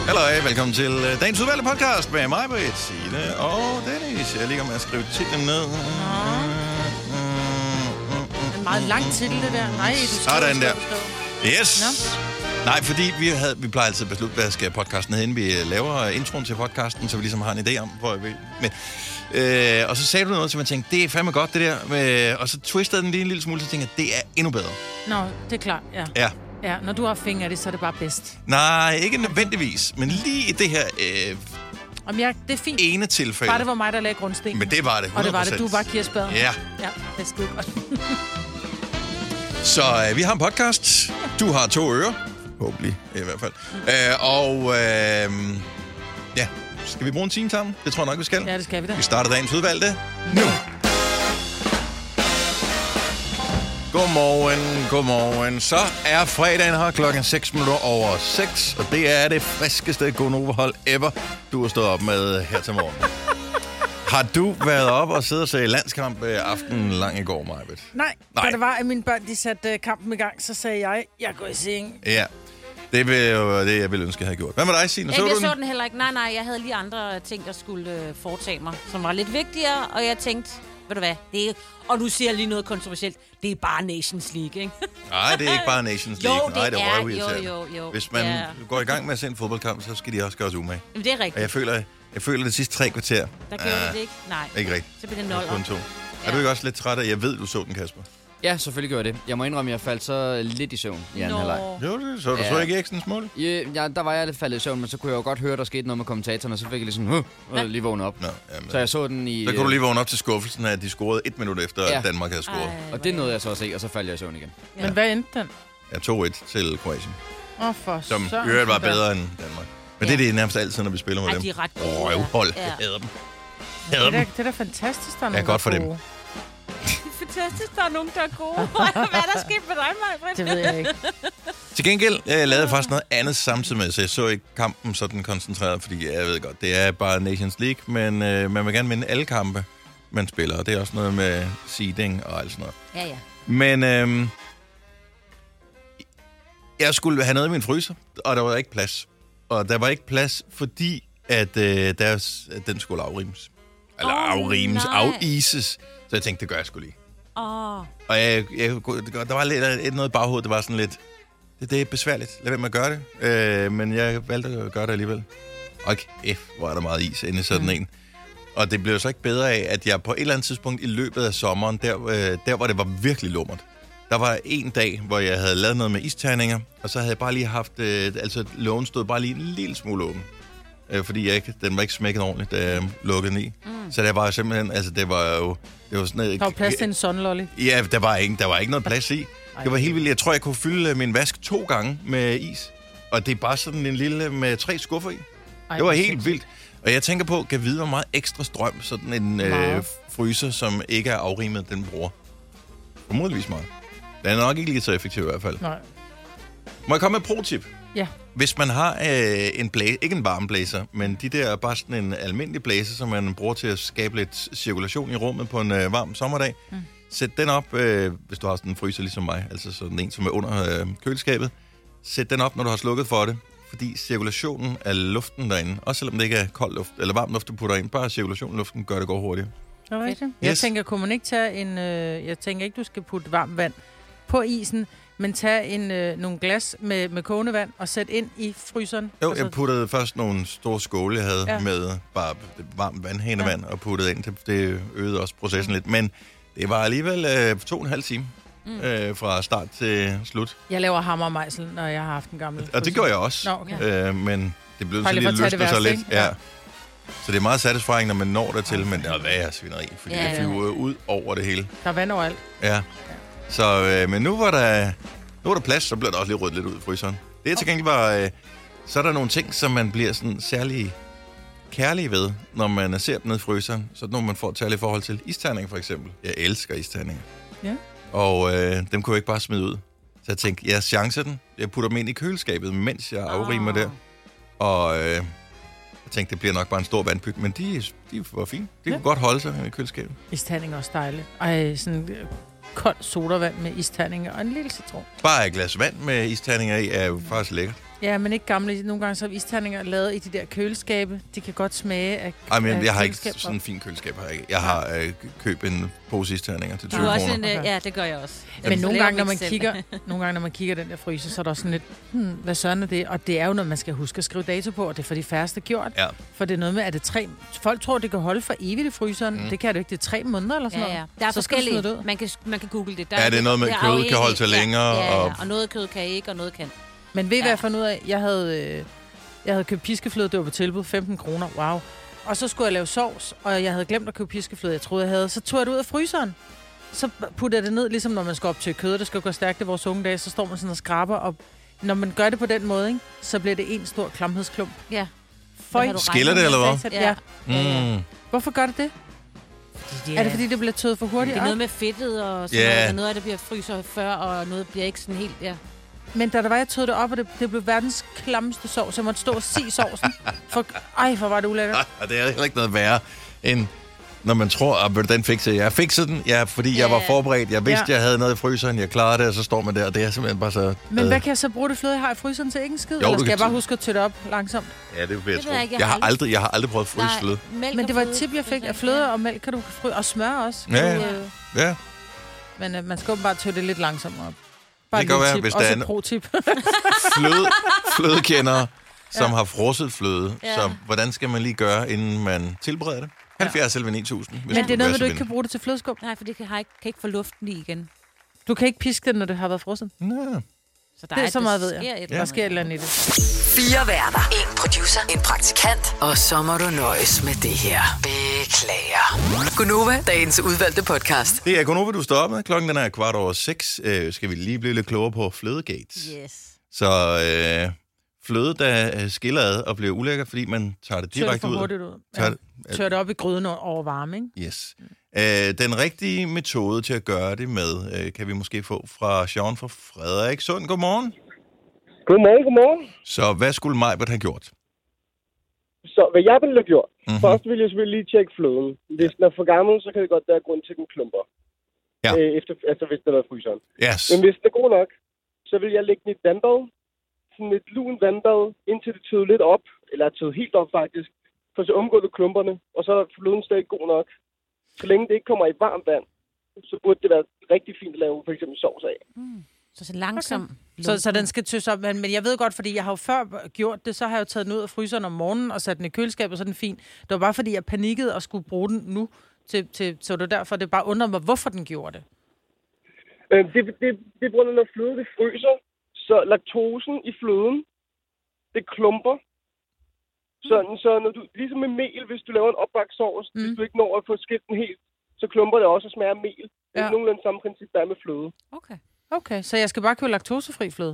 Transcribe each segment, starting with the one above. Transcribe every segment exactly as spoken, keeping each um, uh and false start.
Hallo, velkommen til uh, dagens udvalgte podcast med mig, Britt, Signe og Dennis. Jeg ligger med at skrive titlen ned. Mm. En meget lang titel, det der. Nej, du skriver, Sådan der. Yes. Nå. Nej, fordi vi, havde, vi plejer altid at beslutte, hvad skal podcasten hedde, inden vi laver introen til podcasten, så vi ligesom har en idé om, hvor vi vil. Men, øh, og så sagde du noget, som jeg tænkte, det er fandme godt, det der. Med, og så twistede den lige en lille smule, så tænkte jeg, det er endnu bedre. Nå, det er klart, ja. Ja. Ja, når du har fingre af det, så er det bare bedst. Nej, ikke nødvendigvis, men lige i det her øh, Om jeg, det er fint. ene tilfælde. Bare det var mig, der lagde grundsten. Men det var det, hundrede procent. Og det var det, du var kirsebær. Ja. Ja, det er skide godt. Så øh, vi har en podcast. Du har to ører. Håbentlig, i hvert fald. Mm. Øh, og øh, ja, skal vi bruge en time sammen? Det tror jeg nok, vi skal. Ja, det skal vi da. Vi starter dagens udvalgte nu. Godmorgen, godmorgen. Så er fredagen her klokken seks minutter over seks, og det er det friskeste Gonova-hold ever, du har stået op med her til morgen. Har du været op og siddet og set landskamp aftenen lang i går, Majbet? Nej, Nej, da det var, at mine børn de satte uh, kampen i gang, så sagde jeg, jeg går i seng. Ja, det er jo det, jeg ville ønske, jeg havde gjort. Hvad med dig, Signe? Så jeg du så den heller ikke. Nej, nej, jeg havde lige andre ting, der skulle øh, foretage mig, som var lidt vigtigere, og jeg tænkte, ved du hvad, det er, og du siger lige noget kontroversielt, det er bare Nations League, ikke? Nej, det er ikke bare Nations League. Jo, det Nej, det er, er, røvirriterende. jo, jo, jo. Hvis man Ja. går i gang med at se en fodboldkamp, så skal de også gøre sig umage. Jamen, det er Og rigtigt. jeg føler, jeg føler det sidste tre kvarter. Der gjorde Ah, det ikke. Nej. Ikke rigtigt. Så bliver det Kun nul. to. Er Ja. du ikke også lidt træt af? Jeg ved, du så den, Kasper. Ja, selvfølgelig gjorde jeg det. Jeg må indrømme, at jeg faldt så lidt i søvn i anden halvleg. Jo, det så du Ja. så ikke Eriksens mål? Ja, ja, der var jeg lidt faldet i søvn, men så kunne jeg jo godt høre, der skete noget med kommentatoren, og så fik jeg ligesom, huh, og lige vågne op. Nå, jamen. Så jeg så den i... Så kunne du lige vågne op til skuffelsen af, at de scorede et minut efter, Ja. at Danmark havde scoret. Ej, Og det nåede jeg så at se, og så faldt jeg i søvn igen. Men ja. Hvad endte den? Ja, to et til Kroatien. Åh, oh, for Som i søren, øvrigt var da. bedre end Danmark. Men Ja. det er det nærmest altid, når vi spiller med Ej, dem. de er ret gode. Røvhold. Ja. Jeg hader dem. Det Hader er, da, dem. det er da fantastisk, der er Ja, nogen, godt for der er dem. gode. Fantastisk, der er nogen, der er gode. Hvad er der sket med dig, Maja? Det ved jeg ikke. Til gengæld øh, lavede jeg faktisk noget andet samtidig med, så jeg så ikke kampen sådan koncentreret, fordi jeg ved godt, det er bare Nations League, men øh, man vil gerne vinde alle kampe, man spiller, og det er også noget med seeding og alt sådan noget. Ja, ja. Men øh, jeg skulle have noget i min fryser, og der var ikke plads. Og der var ikke plads, fordi at, øh, der, at den skulle afrimes. Eller Åh, afrimes, nej. afises. Så jeg tænkte, det gør jeg sgu lige. Åh. Og jeg, jeg, der var lidt et noget i baghovedet, det var sådan lidt, det, det er besværligt, lad være med at gøre det. Øh, men jeg valgte at gøre det alligevel. Og kæft, hvor er der meget is inde i sådan mm. en. Og det blev så ikke bedre af, at jeg på et eller andet tidspunkt i løbet af sommeren, der, øh, der hvor det var virkelig lummert, der var en dag, hvor jeg havde lavet noget med isterninger, og så havde jeg bare lige haft, øh, altså lågen stod bare lige en lille smule åben. Øh, fordi jeg ikke, den var ikke smækket ordentligt, da jeg lukkede den i. Mm. Så det var simpelthen, altså det var jo, det var sådan noget... Der var plads til en sunlolly. Ja, der var ikke, der var ikke noget plads i. Det var helt vildt. Jeg tror, jeg kunne fylde min vask to gange med is. Og det er bare sådan en lille med tre skuffer i. Ej, Det var hvor helt sindssygt. vildt. Og jeg tænker på, kan vide, hvor meget ekstra strøm sådan en øh, Meget. fryser, som ikke er afrimet, den bruger. Formodentligvis meget. Den er nok ikke lige så effektiv i hvert fald. Nej. Må jeg komme med et pro-tip? Ja. Hvis man har øh, en blæser, ikke en varme blæser, men de der bare sådan en almindelig blæser, som man bruger til at skabe lidt cirkulation i rummet på en øh, varm sommerdag, mm. sæt den op, øh, hvis du har sådan en fryser ligesom mig, altså sådan en, som er under øh, køleskabet. Sæt den op, når du har slukket for det, fordi cirkulationen af luften derinde, også selvom det ikke er kold luft eller varm luft, du putter ind, bare cirkulationen af luften gør det gå hurtigere. Det er rigtigt. Jeg Yes. tænker, kunne man ikke tage en... Øh, jeg tænker ikke, du skal putte varmt vand på isen, men tage en, øh, nogle glas med, med kogende vand og sætte ind i fryseren. Jo, Altså, jeg puttede først nogle store skåle, jeg havde Ja. med bare varmt vandhænevand og puttede ind. Det- Det øgede også processen lidt, men det var alligevel øh, to og en halv time mm. øh, fra start til slut. Jeg laver hammer og mejsel, når jeg har haft en gammel Og det gjorde jeg også, Nå, okay. øh, men det blev så Bare lige lige for at tage løsnet det så værste, lidt. ikke? Ja. Ja. Så det er meget satisfying, når man når dertil, men det er værre svineri, fordi Ja, det ja. flyver ud over det hele. Der er vand overalt. Ja. Så, øh, men nu var der, nu var der plads, så blev der også lige ryddet lidt ud i fryseren. Det er til gengæld bare, øh, så er der nogle ting, som man bliver sådan særlig kærlig ved, når man ser dem nede i fryseren. Så når man får et særligt forhold til isterninger for eksempel. Jeg elsker isterninger. Ja. Og øh, dem kunne jeg ikke bare smide ud. Så jeg tænkte, jeg chancer den. Jeg putter dem ind i køleskabet, mens jeg afrimer Ah. der. Og øh, jeg tænkte, det bliver nok bare en stor vandpyt. Men de, de var fine. De Ja. kunne godt holde sig i køleskabet. Isterning er også dejligt. Ej, sådan øh, kold sodavand med isterninger og en lille citron. Bare et glas vand med isterninger i er jo faktisk lækkert. Ja, men ikke gamle. Nogle gange så er isterninger lavet i de der køleskabe. De kan godt smage af Ej, men af jeg har ikke køleskab. sådan en fin køleskab. Har jeg, ikke. jeg har øh, købt en pose isterninger til Du tyve har også kroner. en, øh, Okay. ja, det gør jeg også. Men Jeg nogle laver gange, når mit man selv. kigger, nogle gange, når man kigger den der fryser, så er der også sådan lidt, hmm, hvad søren er det? Og det er jo noget, man skal huske at skrive dato på, og det er for de færreste gjort. Ja. For det er noget med, at det tre... Folk tror, det kan holde for evigt i fryseren. Mm. Det kan det jo ikke. Det er tre måneder eller sådan Ja, ja. noget. Der er så skal du smide det forskellige. ud. Man kan, man kan google det. Der Ja, det er noget med, det kød kan afhængigt. holde sig længere, Ja, ja, ja. og- Og noget kød kan ikke, og noget kan. Men ved I, hvad Ja. jeg fandt ud af? Jeg havde, øh, jeg havde købt piskefløde, det var på tilbud, femten kroner, wow. Og så skulle jeg lave sovs, og jeg havde glemt at købe piskefløde, jeg troede, jeg havde. Så tog jeg det ud af fryseren. Så putter jeg det ned, ligesom når man skal op til kød, det skal gå stærkt i vores unge dage, så står man sådan og skraber, og når man gør det på den måde, ikke, så bliver det en stor klamhedsklump. Ja. Føj. har du Skiller det, eller hvad? Satan, Ja. Ja. Mm. Hvorfor gør det det? Det Er det, fordi det bliver tøet for det hurtigt er op? noget med fedtet og sådan Ja. noget. Og noget af det bliver fryser før, og noget bliver ikke sådan helt... Ja. Men da der var, jeg tog det op, og det, det blev verdens klammeste sovs. Jeg måtte stå og sige sovsen. For, ej, hvor var det ulækkert. Og det er heller ikke noget værre, end når man tror, at den fikser jeg. Jeg fikser den, ja, fordi jeg Ja. var forberedt. Jeg vidste, Ja. jeg havde noget i fryseren. Jeg klarede det, og så står man der, og det er simpelthen bare så... Men hvad kan jeg så bruge det fløde, jeg har i fryseren til? Ikke en skid? Jo, Eller du skal kan jeg bare t- huske at tøtte det op langsomt? Ja, det vil jeg Det tro. ved jeg ikke, jeg Jeg har har aldrig, jeg har aldrig prøvet frysfløde. mælk Men og det var et fløde, tip, jeg fik det er af fløde og mælk. Kan du fry- og smør også. Kan Ja, du, ja. øh, Ja, Men øh, man skal jo bare tøtte det lidt langsommere op. Bare Det kan et lille være, tip. hvis Også der er et en- pro-tip. fløde, flødekendere, som har frosset fløde. Ja. Så hvordan skal man lige gøre, inden man tilbereder det? halvfjerds eller ni tusind. Hvis Men det er vil noget, være med, så du ikke kan venlig. bruge det til flødeskum. Nej, for det kan, har ikke, kan ikke få luften i igen. Du kan ikke piske det, når det har været frosset. Ja. Så der Det er et- så meget, ved jeg. sker et Der sker et eller andet i det. Fire værter. En producer. En praktikant. Og så må du nøjes med det her. Beklager. Gunova, dagens udvalgte podcast. Det er Gunova, du står op med. Klokken den er kvart over seks. Øh, skal vi lige blive lidt klogere på flødegates. Yes. Så øh, fløde, der øh, skiller ad og bliver ulækker, fordi man tager det Tør det direkte for ud. hurtigt ud. Tager Ja. Tør det op i gryden over varme, ikke? Yes. Øh, den rigtige metode til at gøre det med, øh, kan vi måske få fra Sean fra Frederikssund. Godmorgen. Godmorgen, godmorgen. Så hvad skulle Majbert have gjort? Så hvad jeg ville have gjort, Mhm. mm-hmm. først vil jeg selvfølgelig lige tjekke fløden. Hvis den er for gammel, så kan det godt være grund til, at den klumper. Ja. Øh, efter, altså hvis den er i fryseren. Yes. Men hvis den er god nok, så vil jeg lægge den i et vandbad. Sådan et lun vandbad, indtil det tøder lidt op. Eller tøder helt op faktisk. For så undgår du klumperne. Og så er fløden stadig god nok. Så længe det ikke kommer i varmt vand, så burde det være rigtig fint at lave for eksempel sovs af. Så så langsom. Okay. Så, så den skal tøs op. Men, men jeg ved godt, fordi jeg har jo før gjort det, så har jeg jo taget den ud af fryseren om morgenen og sat den i køleskabet, så er den fin. Det var bare fordi, jeg panikkede og skulle bruge den nu. Til, til, så det er derfor, det bare undrer mig, hvorfor den gjorde det. Øh, det, det, det er på grund af, når fløde det fryser, så laktosen i fløden, det klumper. Sådan, så når du, ligesom med mel, hvis du laver en opbagt sovs, mm. hvis du ikke når at få skilt den helt, så klumper det også og smager af mel. Det er Ja. nogenlunde samme princip, der er med fløde. Okay. Okay, så jeg skal bare købe laktosefri fløde.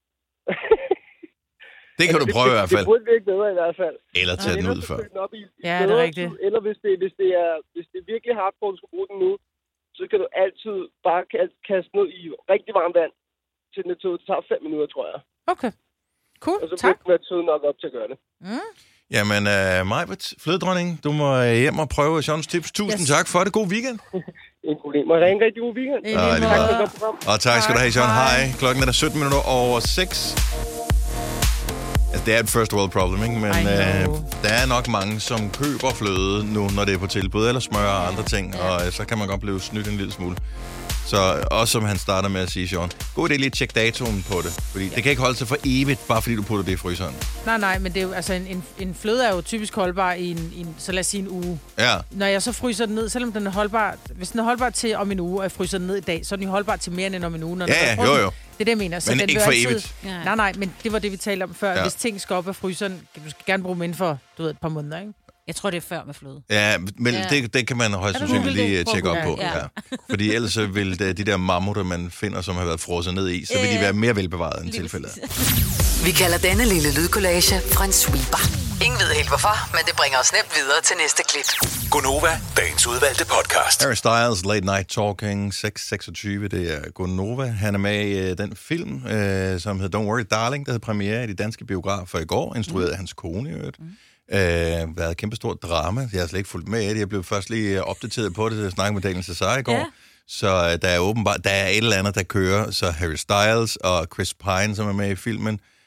Det kan du prøve i hvert Det, fald. det burde virke bedre i hvert fald. Eller tage den ud før. Den op i Ja, det er bedre rigtigt. tid, eller hvis det, hvis, det er, hvis det er virkelig hardcore, du skal bruge den nu, så kan du altid bare ka- kaste ned i rigtig varmt vand til den er tød. Det tager fem minutter, tror jeg. Okay. Cool, Og så tak. burde den være tød nok op til at gøre det. Jamen, uh, Majbert, flødedronning, du må øh, hjem og prøve Sean's tips. Tusind Yes. tak for det. God weekend. Ingen problem. Og have en rigtig god weekend. I Ja, lige lige måde. måde. Tak for et godt program. Og tak skal du have, Sean. Hej. Hej. Klokken er sytten minutter over seks. Altså, det er et first world problem, ikke? Men I øh, know. der er nok mange, som køber fløde nu, når det er på tilbud, eller smør og andre ting, og øh, så kan man godt blive snydt en lille smule. Så også som han starter med at sige, Sean, god idé lige at tjekke datoen på det, fordi ja. det kan ikke holde sig for evigt, bare fordi du putter det i fryseren. Nej, nej, men det er jo, altså, en, en, en fløde er jo typisk holdbar i en, i en, så lad os sige en uge. Ja, Når jeg så fryser den ned, selvom den er holdbar, hvis den er holdbar til om en uge, og jeg fryser den ned i dag, så er den jo holdbar til mere end om en uge. Når den Ja, er ja, frossen. jo, jo. Det er det, jeg mener. Så Men den ikke vil for altid... evigt. Ja. Nej, nej, men det var det, vi talte om før. Ja. Ja. Hvis ting skal op af fryseren, du skal gerne bruge dem inden for, du ved, et par måneder, ikke? Jeg tror, det er før med fløde. ja men Ja. det, det kan man højst Er du sandsynligt Google lige det? øh, tjekke op Prøv på. at Ja. google. Ja. Fordi ellers så vil de, de der mammutter, man finder, som har været frosset ned i, så vil de Ja. være mere velbevaret end Lige tilfældet. præcis. Vi kalder denne lille lydkollage en sweeper. Ingen ved helt hvorfor, men det bringer os nemt videre til næste klip. Gunova, dagens udvalgte podcast. Harry Styles, Late Night Talking, seks seksogtyve, det er Gunova. Han er med i øh, den film, øh, som hedder Don't Worry Darling, der havde premiere i de danske biografer i går, instrueret af hans kone i øvrigt. Mm. Øh, været kæmpestort drama. Jeg har slet ikke fulgt med i det. Jeg blev først lige opdateret på det, da jeg snakkede med Daniel Cesar i går. Ja. Så øh, der er åbenbart, der er et eller andet, der kører. Så Harry Styles og Chris Pine, som er med i filmen,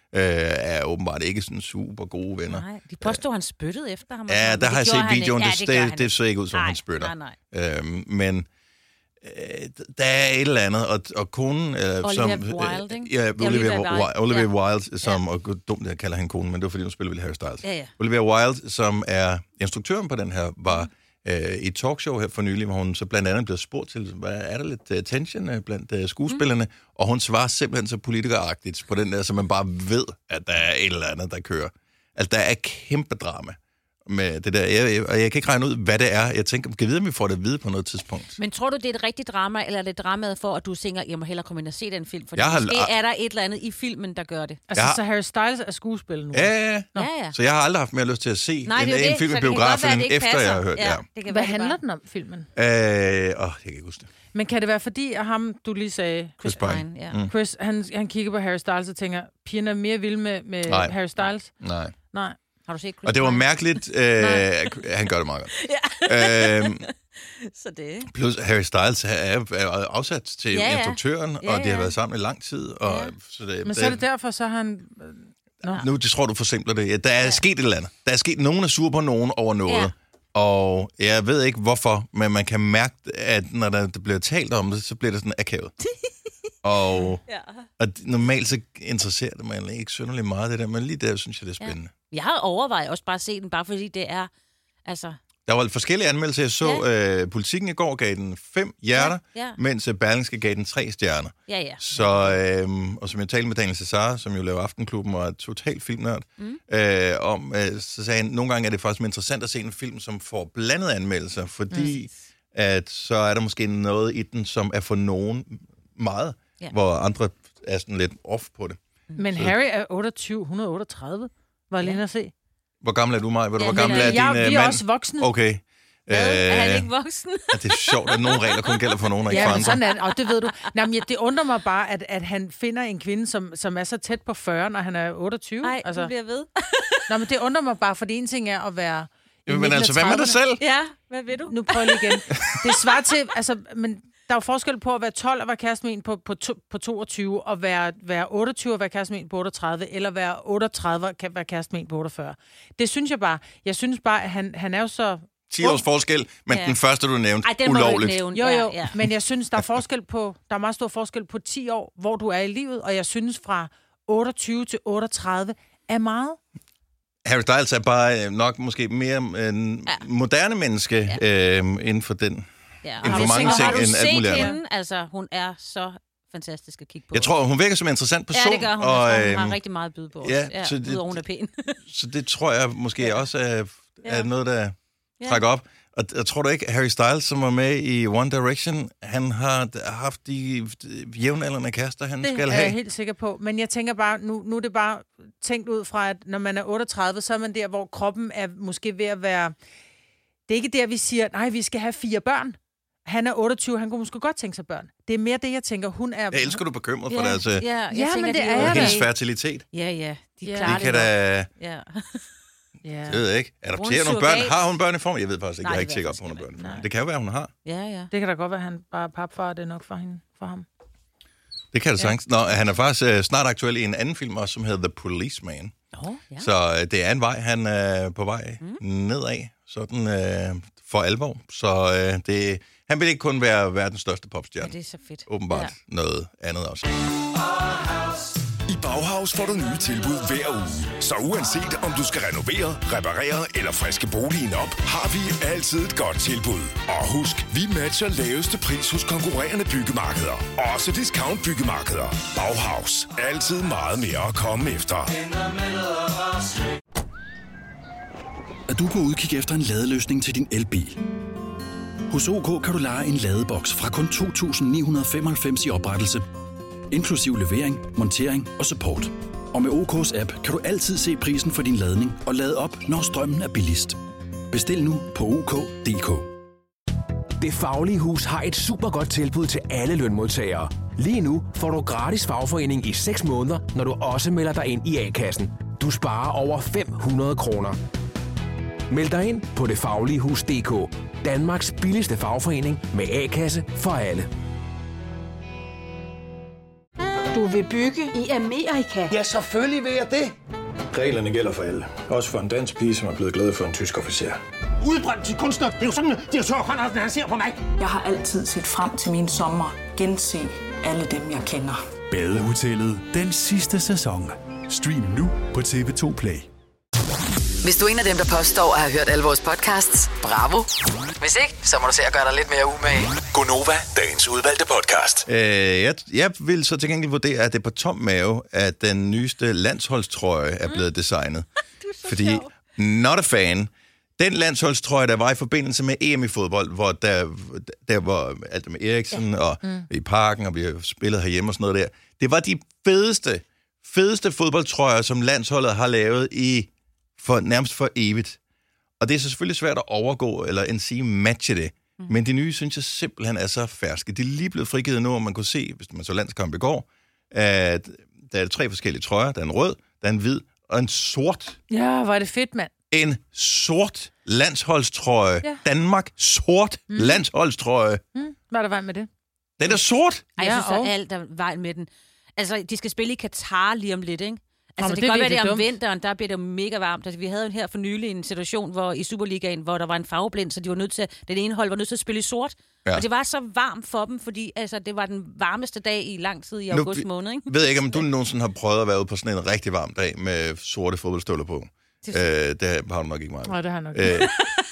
øh, er åbenbart ikke sådan super gode venner. Nej, de påstår, han spyttede efter ham. Ja, der har jeg set videoen. Ja, det, det, det, det, det så ikke ud, som nej, han spytter. Nej, nej. Øhm, men øh, der er et eller andet, og, og konen... Øh, Olivia som, Wilde, ikke? Ja, Olivia, Olivia Wilde, Wilde. Olivia Ja. Wilde, som... Ja. Og dumt, jeg kalder hende konen, men det var, fordi hun spiller vel Harry Styles. Ja, ja. Olivia Wilde, som er instruktøren på den her, var øh, i et talkshow her for nylig, hvor hun så blandt andet blev spurgt til, hvad er der lidt uh, tension uh, blandt uh, skuespillerne, mm. og hun svarer simpelthen så politikeragtigt på den der, så man bare ved, at der er et eller andet, der kører. Altså, der er kæmpe drama med det der, jeg, jeg, og jeg kan ikke regne ud, hvad det er. Jeg tænker, kan vide, om vi får det at vide på noget tidspunkt. Men tror du, det er et rigtigt drama, eller er det dramaet for, at du tænker, jeg må hellere komme ind og se den film? For Jeg har- måske er der et eller andet i filmen, der gør det. Altså, Ja. så Harry Styles er skuespiller nu. Ja, ja, ja. Ja, ja. Så jeg har aldrig haft mere lyst til at se Nej, en, det er jo en det, film så i det kan godt biografen, være, det ikke efter passer. jeg har hørt. Ja. det kan Hvad være, handler det den om, filmen? Øh, åh, jeg kan ikke huske det. Men kan det være fordi, at ham, du lige sagde, Chris bare- Pine. Ja. Mm. Chris, han, han kigger på Harry Styles og tænker, pigerne er mere vilde med, med Nej. Harry Styles? Nej. Nej. Har du set Chris Og det var Pine? mærkeligt. Øh, han gør det meget godt. Ja. øhm, Så det. plus Harry Styles er, er afsat til Ja, ja. instruktøren, Ja, og de har ja. været sammen i lang tid. Og, Ja. så det, Men så er det derfor, så har han... Nå. Nu det tror du forsimpler det. Ja, der er ja. sket et eller andet. Der er sket, nogen er sur på nogen over noget. Ja. Og jeg ved ikke hvorfor, men man kan mærke, at når der, der bliver talt om det, så bliver det sådan akavet. og, Ja. og normalt så interesserer det mig ikke synderligt meget det der, men lige der synes jeg, det er spændende. Jeg har overvejet også bare at se den, bare fordi det er, altså... Der var forskellige anmeldelser. Jeg så, ja. øh, Politikken i går gav den fem hjerter, Ja, ja. mens øh, Berlingske gav den tre stjerner. Ja, ja. Så, øh, og som jeg talte med Daniel Cesar, som jo laver Aftenklubben og er totalt filmnørd, mm. øh, om, øh, så sagde han, nogle gange er det faktisk interessant at se en film, som får blandede anmeldelser, fordi mm. at så er der måske noget i den, som er for nogen meget, Ja. hvor andre er sådan lidt off på det. Men Så- Harry er otteogtyve, hun er otteogtredive. Var jeg lige inde at se. Hvor gammel er du, Maja? Ved du, Ja, hvor gammel men, er øh, din Ja, øh, vi er mand? også voksne. Okay. Hvad? Er han Øh, ikke voksen? Ja, det er sjovt, at nogle regler kun gælder for nogen, og ikke Ja, for men andre. sådan er det. Og det ved du. Nå, men ja, det undrer mig bare, at, at han finder en kvinde, som, som er så tæt på fyrre, når han er otteogtyve. Nej, altså, du bliver ved. Nå, men det undrer mig bare, fordi en ting er at være... i Men midten af altså, hvad med dig trediverne. selv? Ja, hvad ved du? Nu prøver jeg lige igen. Det svarer til, altså, men der er jo forskel på at være tolv og være kæreste med en på, på, to, på toogtyve, og være, være otteogtyve og være kæreste med en på otteogtredive, eller være otteogtredive og kan være kæreste med en på otteogfyrre. Det synes jeg bare. Jeg synes bare, at han, han er jo så... ti års forskel, men Ja. den første, du nævnte, Ej, den må du ulovligt. ikke nævne. Jo, jo, Ja, ja. men jeg synes, der er forskel på, der er meget stor forskel på ti år, hvor du er i livet, og jeg synes fra otteogtyve til otteogtredive er meget. Harry Styles er bare øh, nok måske mere en Ja. moderne menneske ja. øh, inden for den. Ja, Inden har for du mange set- ting har du end alt set muligt andet. hende? Altså, hun er så fantastisk at kigge på. Jeg tror, hun virker som en interessant person. Ja, det gør hun. Og, Og, hun øhm, har rigtig meget at byde på os. ja, Ja, så ja, det- udover hun er pæn. så det tror jeg måske ja. også er, er Ja. noget, der Ja. trækker op. Og jeg tror du ikke, Harry Styles, som var med i One Direction, han har haft de jævnaldrende kærester, han Det skal er have? jeg helt sikker på. Men jeg tænker bare, nu, nu er det bare tænkt ud fra, at når man er otteogtredive, så er man der, hvor kroppen er måske ved at være... Det er ikke der, vi siger, nej, vi skal have fire børn. Han er otteogtyve, han kunne måske godt tænke sig børn. Det er mere det, jeg tænker, hun er... Jeg elsker, du er bekymret for Ja, deres, øh, ja, jeg Ja, tænker, men det de er okay. jeg da. hendes fertilitet. Ja, ja, de Ja. klarer Vi kan det da, godt. Ja. Ja. jeg ved ikke, adoptere Hun er nogle børn. surrogat. Har hun børn i form? Jeg ved faktisk ikke, Nej, jeg er det ikke ved sikker jeg på, hun har faktisk børn i form. Nej. Det kan jo være, hun har. Ja, ja. Det kan da godt være, at han bare er papfar, og det er nok for, hende, for ham. Det kan det sagtens. Nå, han er faktisk øh, snart aktuel i en anden film også, som hedder The Policeman. Nå, ja. Så øh, det er en vej, han er på vej mm. nedad, sådan øh, for alvor. Så øh, det, han vil ikke kun være verdens største ja, popstjerne. det er så fedt. Åbenbart Ja. noget andet også. I Bauhaus får du nye tilbud hver uge. Så uanset om du skal renovere, reparere eller friske boligen op, har vi altid et godt tilbud. Og husk, vi matcher laveste pris hos konkurrerende byggemarkeder. Også discount byggemarkeder. Bauhaus. Altid meget mere at komme efter. Er du på udkig efter en ladeløsning til din elbil? Hos O K kan du leje en ladeboks fra kun to tusind ni hundrede femoghalvfems i oprettelse, inklusiv levering, montering og support. Og med O K's app kan du altid se prisen for din ladning og lade op, når strømmen er billigst. Bestil nu på O K punktum D K. Det Faglige Hus har et super godt tilbud til alle lønmodtagere. Lige nu får du gratis fagforening i seks måneder, når du også melder dig ind i A-kassen. Du sparer over fem hundrede kroner. Meld dig ind på det faglige hus punktum D K. Danmarks billigste fagforening med A-kasse for alle. Du vil bygge i Amerika? Ja, selvfølgelig vil jeg det. Reglerne gælder for alle. Også for en dansk pige, som er blevet glad for en tysk officer. Udbrændt til kunstner. Det er jo sådan, at direktør Conradsen, han ser på mig. Jeg har altid set frem til min sommer. Gense alle dem, jeg kender. Badehotellet den sidste sæson. Stream nu på T V to Play. Hvis du er en af dem, der påstår at have hørt alle vores podcasts, bravo. Hvis ikke, så må du se at gøre dig lidt mere umage. Gonova, dagens udvalgte podcast. Øh, jeg, jeg vil så til gengæld vurdere, at det er på tom mave, at den nyeste landsholdstrøje er blevet designet. Fordi, sjov. Not a fan. Den landsholdstrøje, der var i forbindelse med E M i fodbold, hvor der, der var alt med Eriksen, ja. og mm. i parken, og vi har spillet herhjemme og sådan noget der. Det var de fedeste, fedeste fodboldtrøjer, som landsholdet har lavet i for, nærmest for evigt. Og det er så selvfølgelig svært at overgå, eller end sige matche det. Mm. Men de nye, synes jeg simpelthen er så ferske. De er lige blevet frigivet nu, og man kunne se, hvis man så landskamp i går, at der er tre forskellige trøjer. Der er en rød, der er en hvid, og en sort. Ja, hvor er det fedt, mand. En sort landsholdstrøje. Ja. Danmark, sort mm. landsholdstrøje. Mm. Hvad er der vej med det? Den er sort. Ej, jeg synes, ja, at alt er vejen med den. Altså, de skal spille i Katar lige om lidt, ikke? Altså, Nå, det, det kan godt være, det er om dumt. vinteren, der bliver det jo mega varmt. Altså, vi havde jo her for nylig en situation hvor i Superligaen, hvor der var en farveblind, så de var nødt til, den ene hold var nødt til at spille i sort. Ja. Og det var så varmt for dem, fordi altså, det var den varmeste dag i lang tid i august måned, ikke? Jeg ved ikke, om du nogensinde har prøvet at være ude på sådan en rigtig varm dag med sorte fodboldstøvler på. Øh, det har du nok ikke meget. Nej, det har nok ikke. Øh,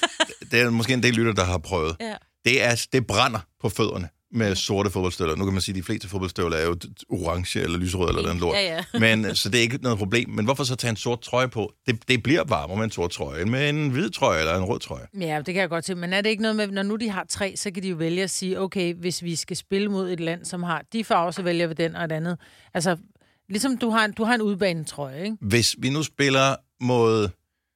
det er måske en del lytter, der har prøvet. Ja. Det, er, det brænder på fødderne med sorte fodboldstøvler. Nu kan man sige, at de fleste fodboldstøvler er jo orange eller lyserød eller den lort. Ja, ja. Men, så det er ikke noget problem. Men hvorfor så tage en sort trøje på? Det, det bliver varmere med en sort trøje, end med en hvid trøje eller en rød trøje. Ja, det kan jeg godt se. Men er det ikke noget med, når nu de har tre, så kan de jo vælge at sige, okay, hvis vi skal spille mod et land, som har de farver, så vælger vi den og et andet. Altså, ligesom du har en, du har en udbanetrøje, ikke? Hvis vi nu spiller mod...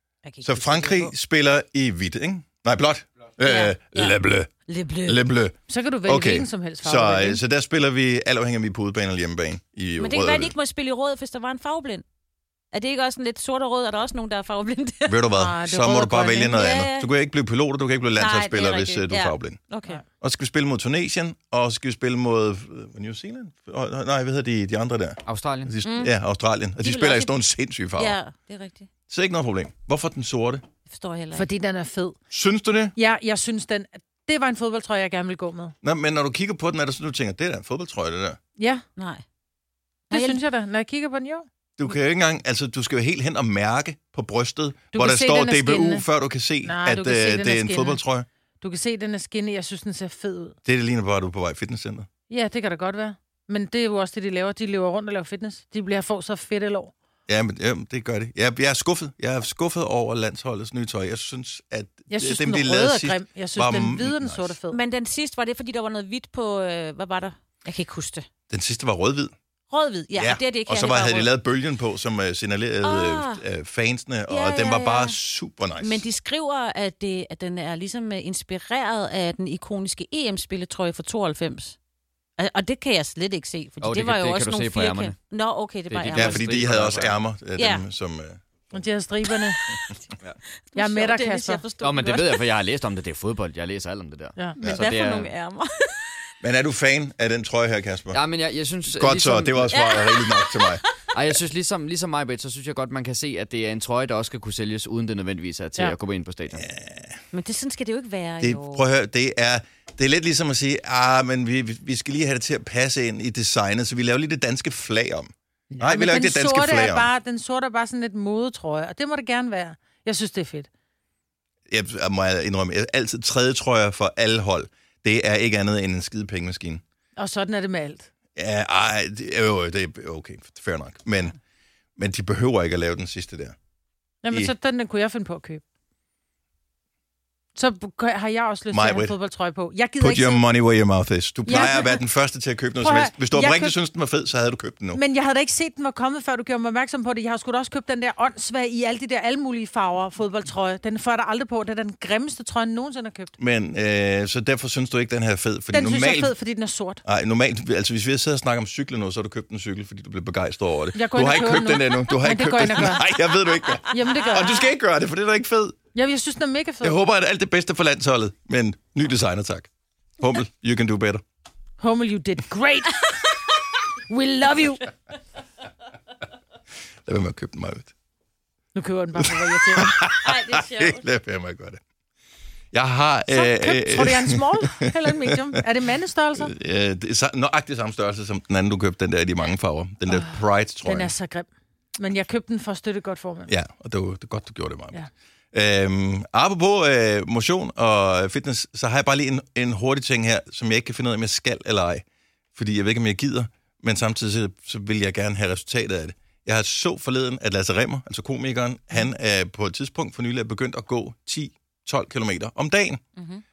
Så Frankrig spiller i hvidt, ikke? Nej, blåt. Ja. Øh, Le bleu. Le bleu. Le bleu. Så kan du vælge okay. hvilken som helst farve. Så, så der spiller vi, alt afhængig af vi på udebane eller hjemmebane. I Men det kan være, at de ikke må spille i rød, hvis der var en farveblind. Er det ikke også sådan lidt sort og rød? Er der også nogen, der er farveblind? Ved du hvad? Ah, så må du bare vælge noget ja, andet. ja. Du kan ikke blive pilot, du kan ikke blive landsholdsspiller, Nej, hvis uh, du er ja. farveblind. Okay. Og så skal vi spille mod Tunesien, og så skal vi spille mod uh, New Zealand? Oh, nej, hvad hedder de, de andre der? Australien. De, Mm. Ja, Australien. Og de, de spiller i sådan nogle sindssyge farver. Ja, det er rigtigt. Så ikke noget problem. Hvorfor den sorte? Jeg forstår heller ikke. Fordi den er fed. Synes du det? Ja, jeg synes, den, det var en fodboldtrøje, jeg gerne vil gå med. Nå, men når du kigger på den, er der sådan, du tænker, det er da en fodboldtrøje, det der. Ja. Nej. Det Nej, synes jeg da. Når jeg kigger på den, jo. Du kan jo ikke engang, altså du skal jo helt hen og mærke på brystet, Du hvor kan der se, står den er D B U, skinnende. før du kan se, Nej, at du kan se, øh, den det er er en skinnende. fodboldtrøje. Du kan se, den er skinne. Jeg synes, den ser fed ud. Det, det ligner bare, at du er på vej i fitnesscenter. Ja, det kan da godt være. Men det er jo også det, de laver. De lever rundt og laver fitness. De bliver få så fedt eller år. Ja, men ja, det gør det. Jeg, jeg er skuffet. Jeg er skuffet over landsholdets nye tøj. Jeg synes, at Jeg synes, dem, den de røde lavede er sidst, grim. Jeg synes, var den hvide, m- den sorte er fed. Men den sidste, var det, fordi der var noget hvidt på... Øh, hvad var der? Jeg kan ikke huske det. Den sidste var rød-hvid. Rød-hvid, ja. Ja, Det er det, og så var, havde de lavet bølgen på, som uh, signalerede Ah. uh, fansene, og Ja, den ja, var ja. bare super nice. Men de skriver, at, det, at den er ligesom øh, inspireret af den ikoniske E M-spilletrøje fra tooghalvfems. Og- Og det kan jeg slet ikke se, fordi Oh, oh, det det var kan- jo det også kan du nogle se på firkant. ærmerne. Nå, okay, det er Det er bare de ærmer. Ja, fordi de havde også ærmer, uh, Ja. dem, som... Uh, Og de har striberne. Ja. Jeg er med dig, Dennis, Kasper. jeg forstår Nå, men det godt. ved jeg, for jeg har læst om det. Det er fodbold. Jeg læser alt om det der. Ja. Men Så hvad det for er- nogle ærmer? Men er du fan af den trøje her, Kasper? Ja, men jeg, jeg synes... Godt ligesom, så, det var også svaret rigeligt nok til mig. Ej, jeg synes ligesom, ligesom mig, Britt, så synes jeg godt, man kan se, at det er en trøje, der også skal kunne sælges, uden det nødvendigvis er til Ja. at gå ind på stadion. Men det, sådan skal det jo ikke være, Det, jo. prøv at høre, det er, det er lidt ligesom at sige, ah, men vi, vi skal lige have det til at passe ind i designet, så vi laver lige det danske flag om. Nej, vi Men laver den ikke det danske sorte flag er om. bare, den sorte er bare sådan lidt modetrøje, og det må det gerne være. Jeg synes, det er fedt. Jeg, jeg må indrømme, jeg, altid tredje trøjer for alle hold, det er ikke andet end en skide pengemaskine. Og sådan er det med alt. Ja, ej, det er jo, det er okay, fair nok. Men, men de behøver ikke at lave den sidste der. Jamen, I- så den, den kunne jeg finde på at købe. Så har jeg også lyst til at have en Maj-Brit. fodboldtrøje på. Jeg gider Put ikke your sidde- money where your mouth is. Du plejer Jeg- at være den første til at købe noget Prøv som at helst. Hvis du høre, jeg oprigtigt køb- synes, den var fed, så havde du købt den nu. Men jeg havde da ikke set, den var kommet, før du gjorde mig opmærksom på det. Jeg har sgu da også købt den der åndssvag i alle de der alle mulige farver fodboldtrøje. Den får jeg da aldrig på. Det er den grimmeste trøje, jeg nogensinde har købt. Men øh, så derfor synes du ikke, den her er fed? Fordi Den synes normalt, jeg er fed, fordi den er sort. Nej, normalt, altså hvis vi sidder og snakker om cykler nu, så har du købt en cykel, fordi du blev begejstret over det. Jeg går Du ind har og ikke køber købt den den nu. endnu. Du har Men ikke det går købt jeg den. ind og gør. Nej, jeg ved du ikke gør. Jamen, det gør Og jeg. du skal ikke gøre det, for det er da ikke fed. Ja, jeg synes, den er mega fed. Jeg håber, at alt det bedste for landsholdet, men ny designer, tak. Hummel, you can do better. Hummel, you did great. We love you. Lad være med at købe den, Maja. Nu køber jeg den bare for, hvad jeg tænker. Nej, det er sjovt. Lad være med at gøre det. Jeg har... Så øh, købt, øh, tror du, jeg er en small eller en medium? Er det mandestørrelser? Øh, det er så, nøjagtigt samme størrelse som den anden, du købte, den der i de mange farver. Den der oh, Pride, tror jeg. Den er så grim. Men jeg købte den for at støtte godt formand. Ja, og det var, det var godt, du gjorde det, Maja. Ja. Øhm, apropos øh, motion og fitness, så har jeg bare lige en, en hurtig ting her, som jeg ikke kan finde ud af, om jeg skal eller ej. Fordi jeg ved ikke, om jeg gider, men samtidig så, så vil jeg gerne have resultatet af det. Jeg har så forleden, at Lasse Rimmer, altså komikeren, han er på et tidspunkt for nylig begyndt at gå ti til tolv kilometer om dagen. Mm-hmm.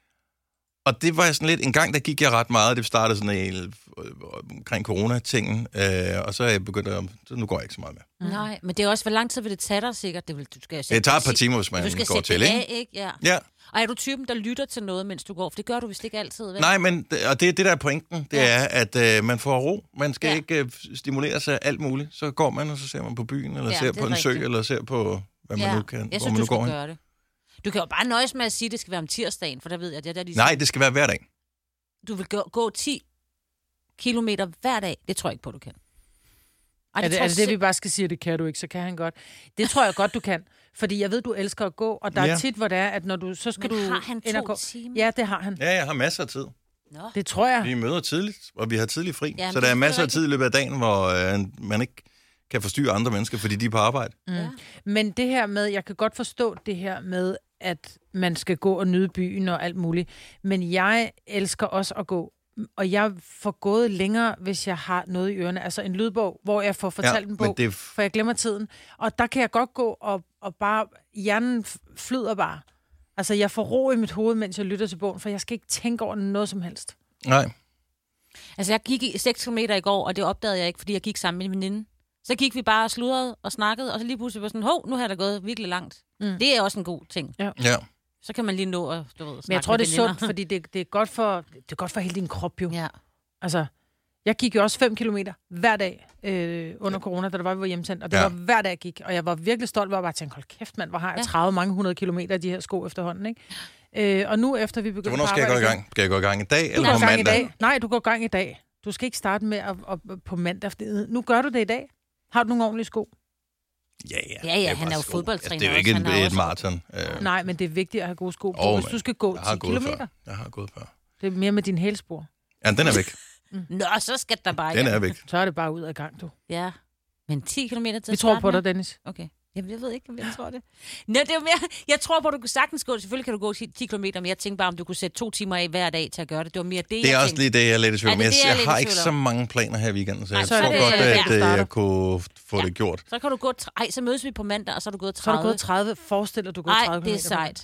Og det var sådan lidt, en gang der gik jeg ret meget, det startede sådan en, omkring corona-tingen, øh, og så er jeg begyndt at, så nu går jeg ikke så meget mere. Mm. Nej, men det er også, hvor lang tid vil det tage dig sikkert? Det, vil, du skal det tager et par timer, hvis man du skal går til, ikke? Af, ikke? Ja. Ja. Og er du typen, der lytter til noget, mens du går? For det gør du vist ikke altid, vel? Nej, men og det, det der er pointen, det ja. er, at øh, man får ro. Man skal ja. ikke øh, stimulere sig alt muligt. Så går man, og så ser man på byen, eller ja, ser på en rigtigt. sø, eller ser på, hvad man ja. nu kan. Jeg hvor synes, man nu du går skal gøre det. Du kan jo bare nøjes med at sige, at det skal være om tirsdagen, for der ved jeg, det er der, de Nej, det skal være hver dag. Du vil gå, gå ti kilometer hver dag. Det tror jeg ikke på, du kan. Ej, det er det, er det, det, vi bare skal sige, at det kan du ikke, så kan han godt. Det tror jeg godt, du kan. Fordi jeg ved, du elsker at gå, og der ja. er tit, hvor det er, at når du, så skal Men du... har han to gå. timer? Ja, det har han. Ja, jeg har masser af tid. Nå. Det tror jeg. Vi møder tidligt, og vi har tidlig fri. Ja, så der er masser af tid i løbet af dagen, hvor øh, man ikke kan forstyrre andre mennesker, fordi de er på arbejde. Mm. Ja. Men det her med, jeg kan godt forstå det her med, at man skal gå og nyde byen og alt muligt. Men jeg elsker også at gå. Og jeg får gået længere, hvis jeg har noget i ørerne. Altså en lydbog, hvor jeg får fortalt ja, en bog, det... for jeg glemmer tiden. Og der kan jeg godt gå, og, og bare hjernen flyder bare. Altså jeg får ro i mit hoved, mens jeg lytter til bogen, for jeg skal ikke tænke over noget som helst. Nej. Altså jeg gik i seks kilometer i går, og det opdagede jeg ikke, fordi jeg gik sammen med min veninde. Så gik vi bare og sludrede og snakkede, og så lige pludselig var sådan, hov, nu har der gået virkelig langt. Mm. Det er også en god ting. Ja. ja. Så kan man lige nå at, du ved, Men jeg tror, det er sundt, fordi det, det, er godt for, det er godt for hele din krop, jo. Ja. Altså, jeg gik jo også fem kilometer hver dag øh, under corona, da der var, vi var hjemsendt. Og det ja. var hver dag, jeg gik. Og jeg var virkelig stolt, hvor jeg bare tænkte, hold kæft, mand, hvor har jeg ja. tredive mange hundrede kilometer af de her sko efterhånden, ikke? Øh, og nu efter vi begyndte så hvornår skal jeg gå i gang? Skal jeg gå i gang i dag, eller på mandag? I dag. Nej, du går i gang i dag. Du skal ikke starte med at, at, at, på mandag. Nu gør du det i dag. Har du nogle ordentlige sko? Ja, ja. Ja, ja, han er jo fodboldtræner. Altså, det er jo ikke også. et, et maraton. Øh. Nej, men det er vigtigt at have gode sko på, oh, hvis du skal gå ti kilometer. Jeg har gået før. Det er mere med din hælspor. Ja, den er væk. Mm. Nå, så skal der bare... Den er væk. Så er det bare ud af gang, du. Ja, men ti kilometer til Vi tror på dig, Dennis. Okay. Jamen, jeg ved ikke, om jeg tror det. Nå, det er mere... Jeg tror på, at du kan sagtens gå... Selvfølgelig kan du gå ti kilometer, men jeg tænkte bare, om du kunne sætte to timer af hver dag til at gøre det. Det var mere det, Det er jeg også lige det, jeg er lidt i tvivl om. Jeg, jeg, jeg har ikke så mange planer her i weekenden, så jeg Ej, tror det, godt, at ja. jeg kunne få ja. det gjort. Så kan du gå... Ej, så mødes vi på mandag, og så er du gået tredive. Så er du gået tredive. Forestil dig, du går tredive. Ej, det er sejt.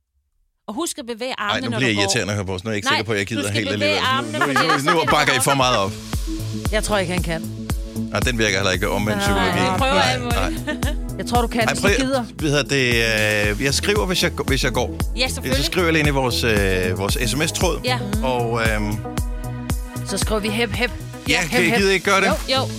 Og husk at bevæge armene, Ej, nu bliver jeg irriterende at høre på, så nu er jeg ikke Nej, sikker på, at jeg gider helt alligevel. Armene, nu, nu, nu, nu bakker I for meget op. Jeg tror ikke, han kan. Nej, den virker heller ikke omvendt psykologi. Jeg prøver alt muligt. Jeg tror, du kan, Ej, prøv, gider. Det, øh, jeg skriver, hvis jeg, hvis jeg går. Ja, selvfølgelig. Så skriver jeg lige ind i vores, øh, vores sms-tråd. Ja. Og, øh, så skriver vi hep, hep. Ja, kan I gider ikke gøre det? Jo, jo.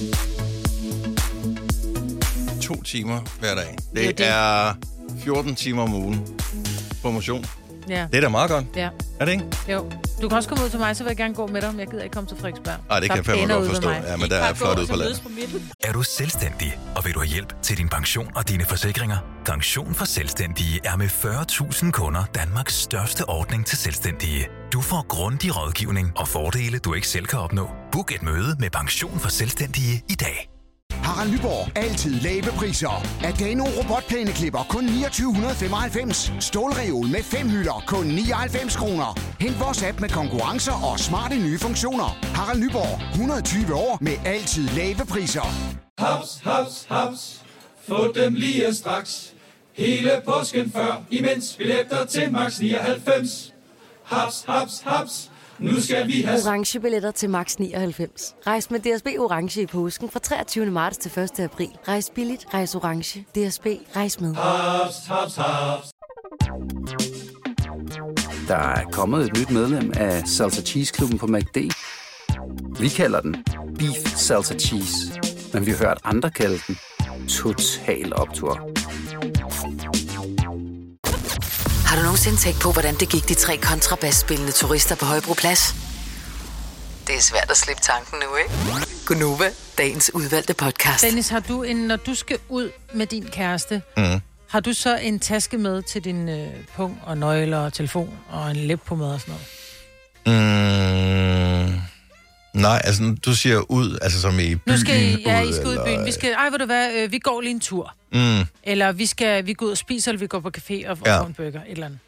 To timer hver dag. Det, det er fjorten timer om ugen på motion. Ja. Det er da meget godt. Ja. Er det ikke? Jo. Du kan også komme ud til mig, så vil jeg gerne gå med dig, men jeg gider ikke komme til Frederiksberg. Nej, det kan jeg fandme godt forstå. Ja, men der er flot ud på landet. Er du selvstændig, og vil du have hjælp til din pension og dine forsikringer? Pension for Selvstændige er med fyrre tusind kunder Danmarks største ordning til selvstændige. Du får grundig rådgivning og fordele, du ikke selv kan opnå. Book et møde med Pension for Selvstændige i dag. Harald Nyborg. Altid lave priser. Adano robotplæneklipper kun niogtyve femoghalvfems. Stålreol med fem hylder kun nioghalvfems kroner. Hent vores app med konkurrencer og smarte nye funktioner. Harald Nyborg. hundrede og tyve år med altid lave priser. Haps, haps, haps. Få dem lige straks. Hele påsken før, imens billetter til max nioghalvfems. Haps, haps, haps. Nu skal vi have orange billetter til max nioghalvfems. Rejs med D S B orange i påsken fra treogtyvende marts til første april. Rejs billigt, rejs orange. D S B, rejs med. Haps, haps, haps. Der er kommet et nyt medlem af Salsa Cheese Klubben på McD. Vi kalder den Beef Salsa Cheese, men vi har hørt andre kalde den Total Optur. Har du nogensinde tænkt på, hvordan det gik de tre kontrabasspillende turister på Højbroplads? Det er svært at slippe tanken nu, ikke? Gunova, dagens udvalgte podcast. Dennis, har du en, når du skal ud med din kæreste, Mm. har du så en taske med til din øh, pung og nøgler og telefon og en læbpomade og sådan noget? Mm. Nej, altså du siger ud, altså som i byen. Nu skal I, ja, ud, I skal ud i eller... byen. Vi skal, ej, ved du hvad, øh, vi går lige en tur. Mm. Eller vi skal vi går ud og spiser, eller vi går på café og får Ja. en burger, et eller andet.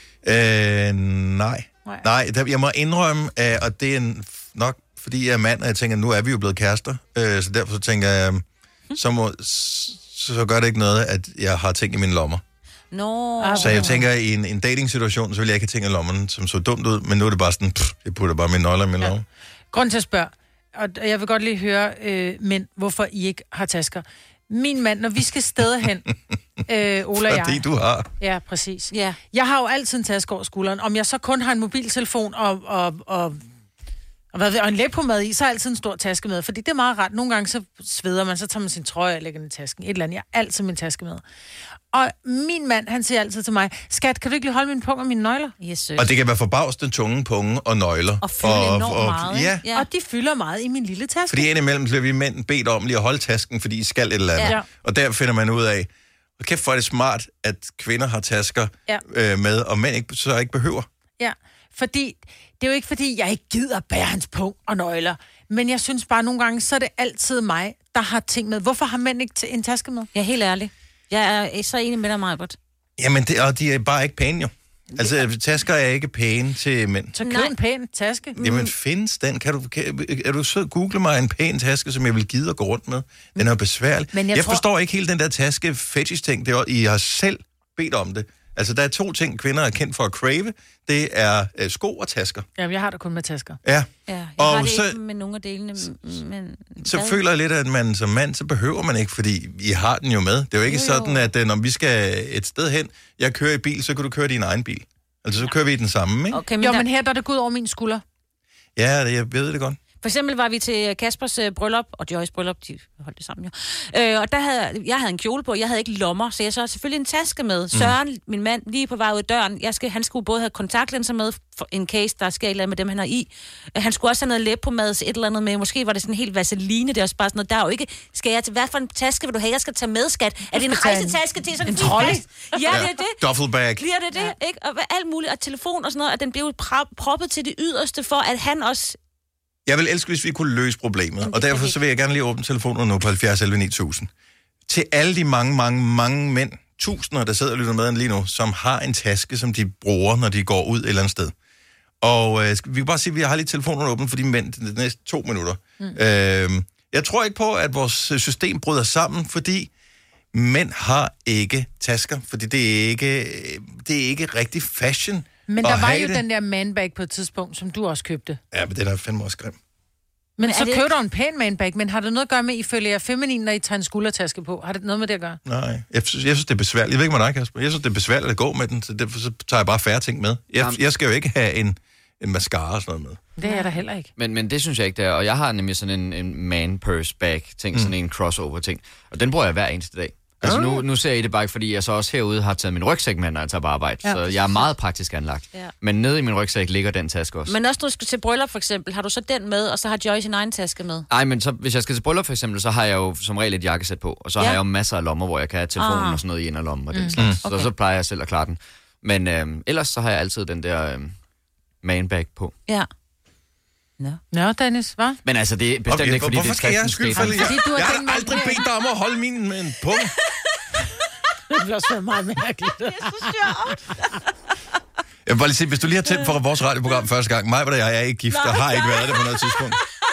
Øh, nej. Nej. Nej, der, jeg må indrømme, øh, og det er en, nok fordi jeg er mand, og jeg tænker, nu er vi jo blevet kærester, øh, så derfor så tænker jeg, så, må, så, så gør det ikke noget, at jeg har ting i mine lommer. Nå. Så jeg tænker, i en, en dating-situation, så vil jeg ikke have ting i lommerne, som så dumt ud, men nu er det bare sådan, pff, jeg putter bare mine nøgler i min ja. lomme. Grunden til at spørge, og jeg vil godt lige høre, øh, mænd, hvorfor I ikke har tasker. Min mand, når vi skal steder hen, øh, Ola og jeg... Fordi du har. Ja, præcis. Ja. Jeg har jo altid en taske over skulderen. Om jeg så kun har en mobiltelefon og, og, og, og, hvad ved, jeg, og en læbpomade i, så har jeg altid en stor taske med. Fordi det er meget rart. Nogle gange så sveder man, så tager man sin trøje og lægger den i tasken. Et eller andet. Jeg har altid min taske med. Og min mand, han siger altid til mig, skat, kan du ikke lige holde min pung og mine nøgler? Yes, og det kan være forbavsende tunge punge og nøgler. Og fylder enormt og, meget. Ja. ja. Og de fylder meget i min lille taske. Fordi indimellem bliver vi mænd bedt om lige at holde tasken, fordi I skal et eller andet. Ja. Og der finder man ud af, og kæft for er det smart, at kvinder har tasker Ja. øh, med, og mænd ikke, så ikke behøver. Ja, fordi det er jo ikke fordi, jeg ikke gider bære hans pung og nøgler. Men jeg synes bare nogle gange, så er det altid mig, der har ting med. Hvorfor har mænd ikke t- en taske med? Jeg er helt ærlig. Jeg er så enig med dig, Majbert. Jamen, det, og de er bare ikke pæne jo. Altså, tasker er ikke pæne til mænd. Så køb en pæn taske. Jamen, findes den? Kan du, kan, er du sød? Google mig en pæn taske, som jeg vil gide at gå rundt med. Den er jo besværlig. Men jeg jeg jeg tror- forstår ikke hele den der taske fetish-ting. Det er, I har selv bedt om det. Altså, der er to ting, kvinder er kendt for at crave. Det er øh, sko og tasker. Jamen, jeg har det kun med tasker. Ja. Ja, jeg Og har det så- ikke med nogle af delene, men... Så hvad? føler jeg lidt, at man som mand, så behøver man ikke, fordi I har den jo med. Det er jo ikke Jo, jo. sådan, at øh, når vi skal et sted hen, jeg kører i bil, så kan du køre din egen bil. Altså, så kører vi i den samme, ikke? Okay, men jo, der... men her der er det gået over min skulder. Ja, det, jeg ved det godt. For eksempel var vi til Kaspers øh, bryllup, og Joyce bryllup, de holdt det sammen jo. Øh, og der havde, jeg havde en kjole på, jeg havde ikke lommer, så jeg så selvfølgelig en taske med. Søren, mm. min mand, lige på vej ud af døren, jeg skal, han skulle både have kontaktlinser med, for en case, der skal et eller andet med dem, han har i. Øh, han skulle også have noget læbpomade, et eller andet med. Måske var det sådan helt vaseline, det er også bare sådan noget. Der er jo ikke, skal jeg til, hvad for en taske vil du have, jeg skal tage med, skat? Er det en skal tage en- rejsetaske til sådan en fin trolley? fast? Ja, det er det. Duffelbag. Bliver det det, ja. Ikke? Og hvad- alt muligt, og telefon og sådan noget, og den blev jo pro- proppet til det yderste, for at han også... Jeg vil elske, hvis vi kunne løse problemet, og derfor så vil jeg gerne lige åbne telefonen nu på halvfjerds elleve ni tusind. Til alle de mange, mange, mange mænd, tusinder, der sidder og lytter med lige nu, som har en taske, som de bruger, når de går ud et eller andet sted. Og øh, vi kan bare sige, at vi har lige telefonen åben for de mænd de næste to minutter. Mm. Øh, jeg tror ikke på, at vores system bryder sammen, fordi mænd har ikke tasker, fordi det er ikke, det er ikke rigtig fashion. Men at der var have jo det. den der manbag på et tidspunkt, som du også købte. Ja, men den er fandme også grim. Men, Men så er det køber ikke- du en pæn manbag, men har det noget at gøre med, at I føler jer feminin, når I tager en skuldertaske på? Har det noget med det at gøre? Nej, jeg synes, jeg synes, det er besværligt. Jeg ved ikke med dig, Kasper. Jeg synes, det er besværligt at gå med den, så derfor så tager jeg bare færre ting med. Jeg, jeg skal jo ikke have en, en mascara og sådan noget med. Det er der heller ikke. Men, men det synes jeg ikke, det er. Og jeg har nemlig sådan en, en man purse bag ting, mm. sådan en crossover ting. Og den bruger jeg hver eneste dag. Altså nu, nu ser I det bare ikke, fordi jeg så også herude har taget min rygsæk med, når jeg tager på arbejde. Ja. Så jeg er meget praktisk anlagt. Ja. Men nede i min rygsæk ligger den taske også. Men også når du skal til bryllup for eksempel, har du så den med, og så har Joyce en egen taske med? Nej, men så, hvis jeg skal til bryllup for eksempel, så har jeg jo som regel et jakkesæt på. Og så ja. har jeg jo masser af lommer, hvor jeg kan have telefonen Ah. og sådan noget i en af lommen og den Mm. slags. Okay. Så så plejer jeg selv at klare den. Men øhm, ellers så har jeg altid den der øhm, manbag på. Ja. Nå. Nå, Dennis, hvad? Men altså, det er bestemt Okay, ikke, fordi hvorfor det er skal jeg have skriftens skyld for det? statement. Jeg, jeg har aldrig bedt dig om at holde min med en pung. Det bliver også være meget mærkeligt. Det er så sjovt. Jeg vil bare lige sige, hvis du lige har tændt for vores radioprogram første gang, mig og jeg er ikke gift, der har ikke været det på noget tidspunkt.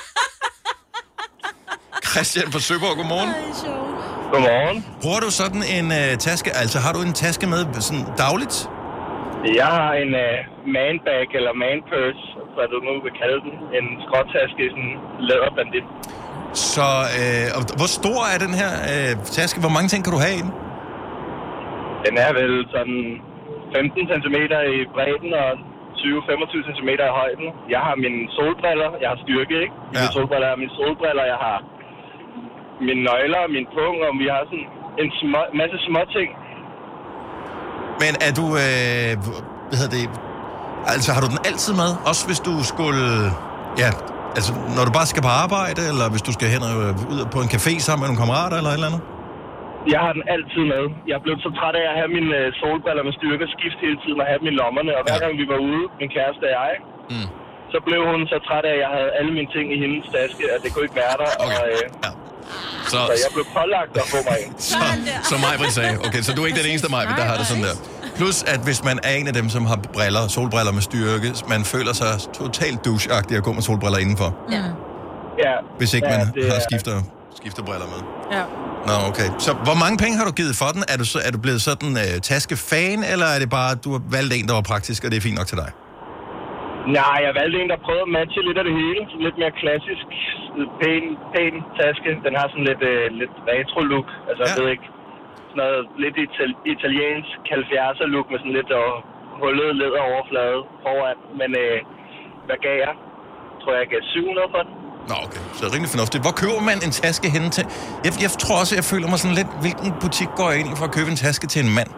Christian fra Søborg, godmorgen. Godmorgen. Bruger du sådan en uh, taske, altså har du en taske med sådan dagligt? Jeg har en uh, manbag eller manpurse, hvad du nu vil kalde den. En skråtaske i sådan en læderbandit. Så øh, og hvor stor er den her øh, taske? Hvor mange ting kan du have i den? Den er vel sådan femten centimeter i bredden og tyve til femogtyve centimeter i højden. Jeg har mine solbriller. Jeg har styrke, ikke? Ja. Mine solbriller er mine solbriller. Jeg har mine nøgler, min pung, og vi har sådan en små, masse små ting. Men er du, øh, hvad hedder det, altså har du den altid med? Også hvis du skulle, ja, Altså, når du bare skal på arbejde, eller hvis du skal hen og ud på en café sammen med nogle kammerater, eller et eller andet? Jeg har den altid med. Jeg er blevet så træt af at have mine øh, solbriller med styrke skift hele tiden og have dem i lommerne. Og hver gang vi var ude, min kæreste og jeg, mm. så blev hun så træt af, at jeg havde alle mine ting i hendes taske, at det kunne ikke være der. Okay. Og, øh, ja. så, så jeg blev pålagt at få mig en. Så, så Majbrit sagde, okay, så du er ikke den eneste Majbrit, der har det sådan der. Plus, at hvis man er en af dem, som har briller, solbriller med styrke, man føler sig totalt douche-agtig at gå med solbriller indenfor. Ja. Ja. Hvis ikke ja, man det, har skifter, skifter briller med. Ja. Nå, okay. Så hvor mange penge har du givet for den? Er du, så, er du blevet sådan uh, taskefan, eller er det bare, at du har valgt en, der var praktisk, og det er fint nok til dig? Nej, jeg valgte en, der prøvede at matche lidt af det hele. Sådan lidt mere klassisk, pæn, pæn taske. Den har sådan lidt, øh, lidt retro-look. Altså, ja. Jeg ved ikke, sådan noget lidt ital- italiensk halvfjerdser-look med sådan lidt øh, hullet læderoverflade foran. Men øh, hvad gav jeg? Jeg tror, jeg gav syv hundrede for den. Nå, okay. Så rimelig fornuftigt. Hvor køber man en taske henne til? Jeg, jeg tror også, jeg føler mig sådan lidt, hvilken butik går jeg ind for at købe en taske til en mand?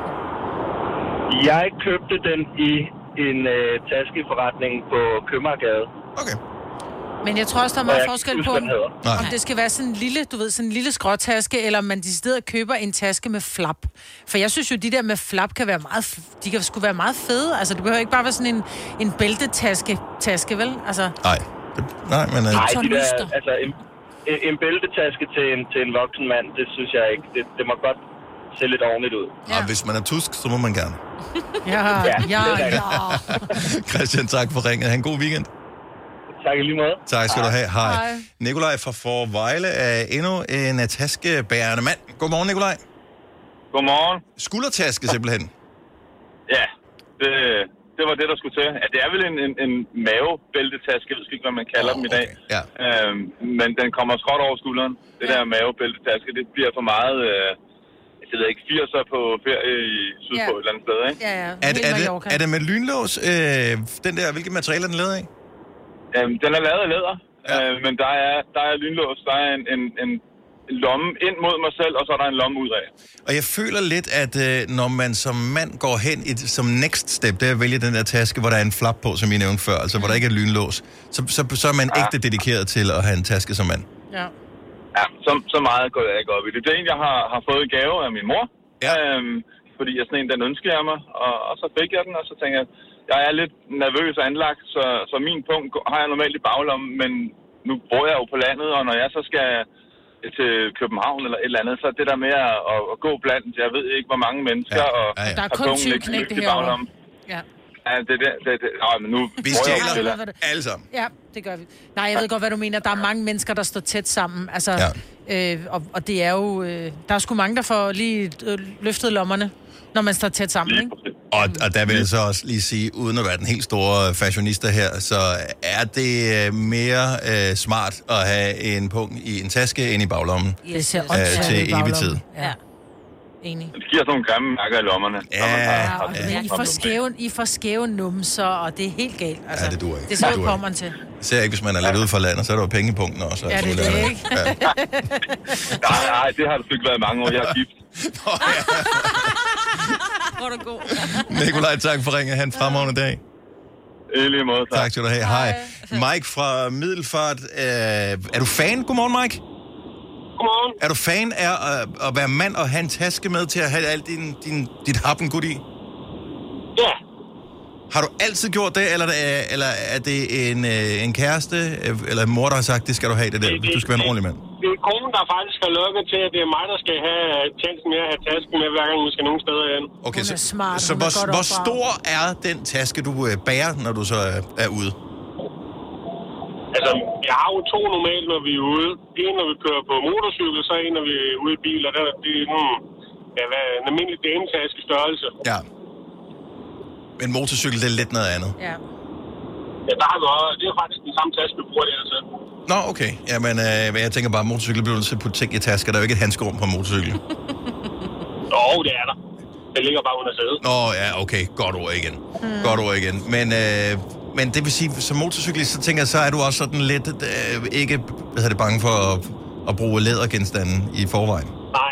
Jeg købte den i en øh, taskeforretning på Købmagergade. Okay. Men jeg tror også, der er meget forskel på, om, Nej. om det skal være sådan en lille, du ved, sådan en lille skråtaske, eller om man decideret køber en taske med flap. For jeg synes jo, de der med flap kan være meget, de kan sgu være meget fede. Altså, det behøver ikke bare være sådan en, en bæltetaske, taske, vel? Altså. Nej. Det, nej, men... Nej, de der, altså, en, en, en bæltetaske til en, til en voksen mand, det synes jeg ikke. Det, det må godt se lidt ordentligt ud. Ja. Og hvis man er tusk, så må man gerne. Ja, ja, ja. ja. Christian, tak for ringet. Ha' en god weekend. Tak i lige måde. Tak skal Hej. du have. Hej. Hej. Nikolaj fra Forvejle er endnu en taskebærende mand. Godmorgen, Nikolaj. Godmorgen. Skuldertaske simpelthen. Ja, det, det var det, der skulle til. Ja, det er vel en, en, en mavebæltetaske, jeg ved ikke, hvad man kalder oh, dem i dag. Okay. Ja. Øhm, men den kommer skråt over skulderen. Det ja. der mavebæltetaske, det bliver for meget... Øh, jeg ved ikke, firser på ferie i sydpå ja. et eller andet sted, ikke? Ja, ja. Er, er, det, er det med lynlås? Øh, den der, hvilket materiale er den lavet af? Øhm, den er lavet af læder, ja. øh, men der er, der er lynlås. Der er en, en, en lomme ind mod mig selv, og så er der en lomme ud af. Og jeg føler lidt, at øh, når man som mand går hen i, som next step, det er at vælge den der taske, hvor der er en flap på, som I nævnte før, altså hvor der ikke er lynlås, så, så, så er man ja. ægte dedikeret til at have en taske som mand. Ja. Ja, så, så meget går jeg ikke op i det. Det er en, jeg har, har fået i gave af min mor. Ja. Øhm, fordi jeg sådan en, den ønsker jeg mig. Og, og så fik jeg den, og så tænker jeg, jeg er lidt nervøs anlagt, så, så min punkt har jeg normalt i baglommen, men nu bor jeg jo på landet, og når jeg så skal til København eller et eller andet, så det der med at, at, at gå blandt, jeg ved ikke, hvor mange mennesker, ja. og Ja, ja. Der er kun tyve knægte herovre. Ja. Ja, det der, det, det, nej, men nu... Vi stjæler alle sammen. Ja, det gør vi. Nej, jeg ved godt, hvad du mener. Der er mange mennesker, der står tæt sammen. Altså, ja. øh, og, og det er jo... Øh, der er sgu mange, der får lige øh, løftet lommerne, når man står tæt sammen, ikke? Og, og der vil jeg så også lige sige, uden at være den helt store fashionista her, så er det mere øh, smart at have en punkt i en taske end i baglommen. Det ser øh, til evig tid. Ja. Enig. Det giver sådan nogle grimme mærker i lommerne. Ja, ja, og ja. I, får skæve, I får skæve numser, og det er helt galt. Altså, ja, det duer ikke. Det ser jo kommer til. Især ikke, hvis man er lidt ude fra landet, så er der jo penge i punkten også. Ja, det er det, ikke? Ja. nej, nej, det har det ikke været mange år. Jeg er gift. Hvor er du god. Nikolaj, tak for ringen. Han fremragende dag. I lige måde, tak. Tak skal du have. Hej. Mike fra Middelfart. Øh, er du fan? Godmorgen, Mike. Godmorgen. Er du fan af at, at være mand og have en taske med til at have alt din, din, dit happen-gud i? Ja. Har du altid gjort det, eller er, eller er det en, en kæreste, eller en mor, der har sagt, det skal du have, det der, hvis du skal være en ordentlig mand? Det er konen, der faktisk har lukket til, at det er mig, der skal have chancen med at have tasken med, hver gang vi skal nogen steder hen. Okay, så, smart, så hvor, hvor stor er den taske, du bærer, når du så er, er ude? Altså, jeg har jo to normalt, når vi er ude. En, når vi kører på motorcykel, så en, når vi er ude i bil, og det er, det er hmm, ja, hvad, en almindelig dametaske størrelse. Ja. Men motorcykel, det er lidt noget andet. Ja. Ja, der har vi også, det er faktisk den samme taske, vi bruger det altså. Nå, okay. Jamen, øh, jeg tænker bare, at motorcykel bliver nødt til at putte ting i tasker. Der er jo ikke et handskerum på en motorcykel. Jo, det er der. Det ligger bare under sædet. Nå, ja, okay. Godt ord igen. Mm. Godt ord igen. Men... Øh, Men det vil sige, som motorcyklist, så tænker jeg, så er du også sådan lidt øh, ikke hvad er det, bange for at, at bruge lædergenstande i forvejen. Nej,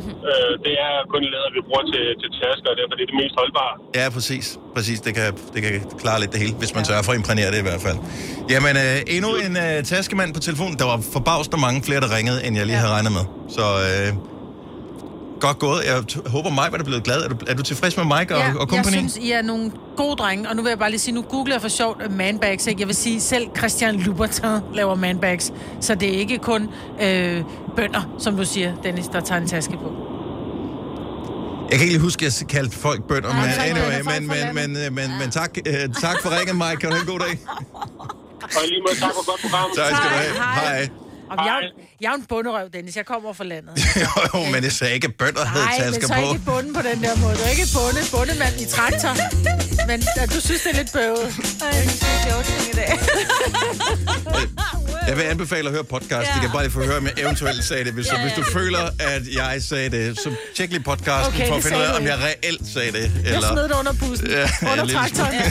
Øh, det er kun læder, vi bruger til, til tasker, og derfor er det det mest holdbare. Ja, præcis. Præcis. Det kan, det kan klare lidt det hele, hvis man sørger for at imprægnere det i hvert fald. Jamen, øh, endnu en øh, taskemand på telefonen. Der var forbavsende mange flere, der ringede, end jeg lige ja. havde regnet med. Så øh, godt gået. Jeg t- håber, Mike var blevet glad. Er du, er du tilfreds med Mike og, ja, og company? Jeg synes, I er nogle gode drenge. Og nu vil jeg bare lige sige, nu googler jeg for sjovt manbags. Ikke? Jeg vil sige, selv Christian Louboutin laver manbags. Så det er ikke kun øh, bønder, som du siger, Dennis, der tager en taske på. Jeg kan ikke lige huske, at jeg kaldte folk bønder, men anyway, men, men, men, men, men, men tak, uh, tak for ringen, Mike. Kan du have en god dag? Og lige måde, tak for godt program. Tak skal du have. Hej. Hej. Og jeg, jeg er en bunderøv, Dennis. Jeg kommer fra landet. jo, jo, men det sagde ikke bønder havde tasker på. Nej, men så ikke bunden på den der måde. Du er ikke bunde, bundemand i traktor. Men ja, du synes, det er lidt bøvet. Ej, det er sjovt ting i dag. Jeg vil anbefale at høre podcast. Ja. Det kan bare lige få høre, om jeg eventuelt sagde det. Hvis, ja, ja. hvis du føler, at jeg sagde det, så tjek lige podcasten okay, for at finde ud af, om jeg reelt sagde det. Eller... Jeg smed det under bussen. Ja, under traktoren. Ja,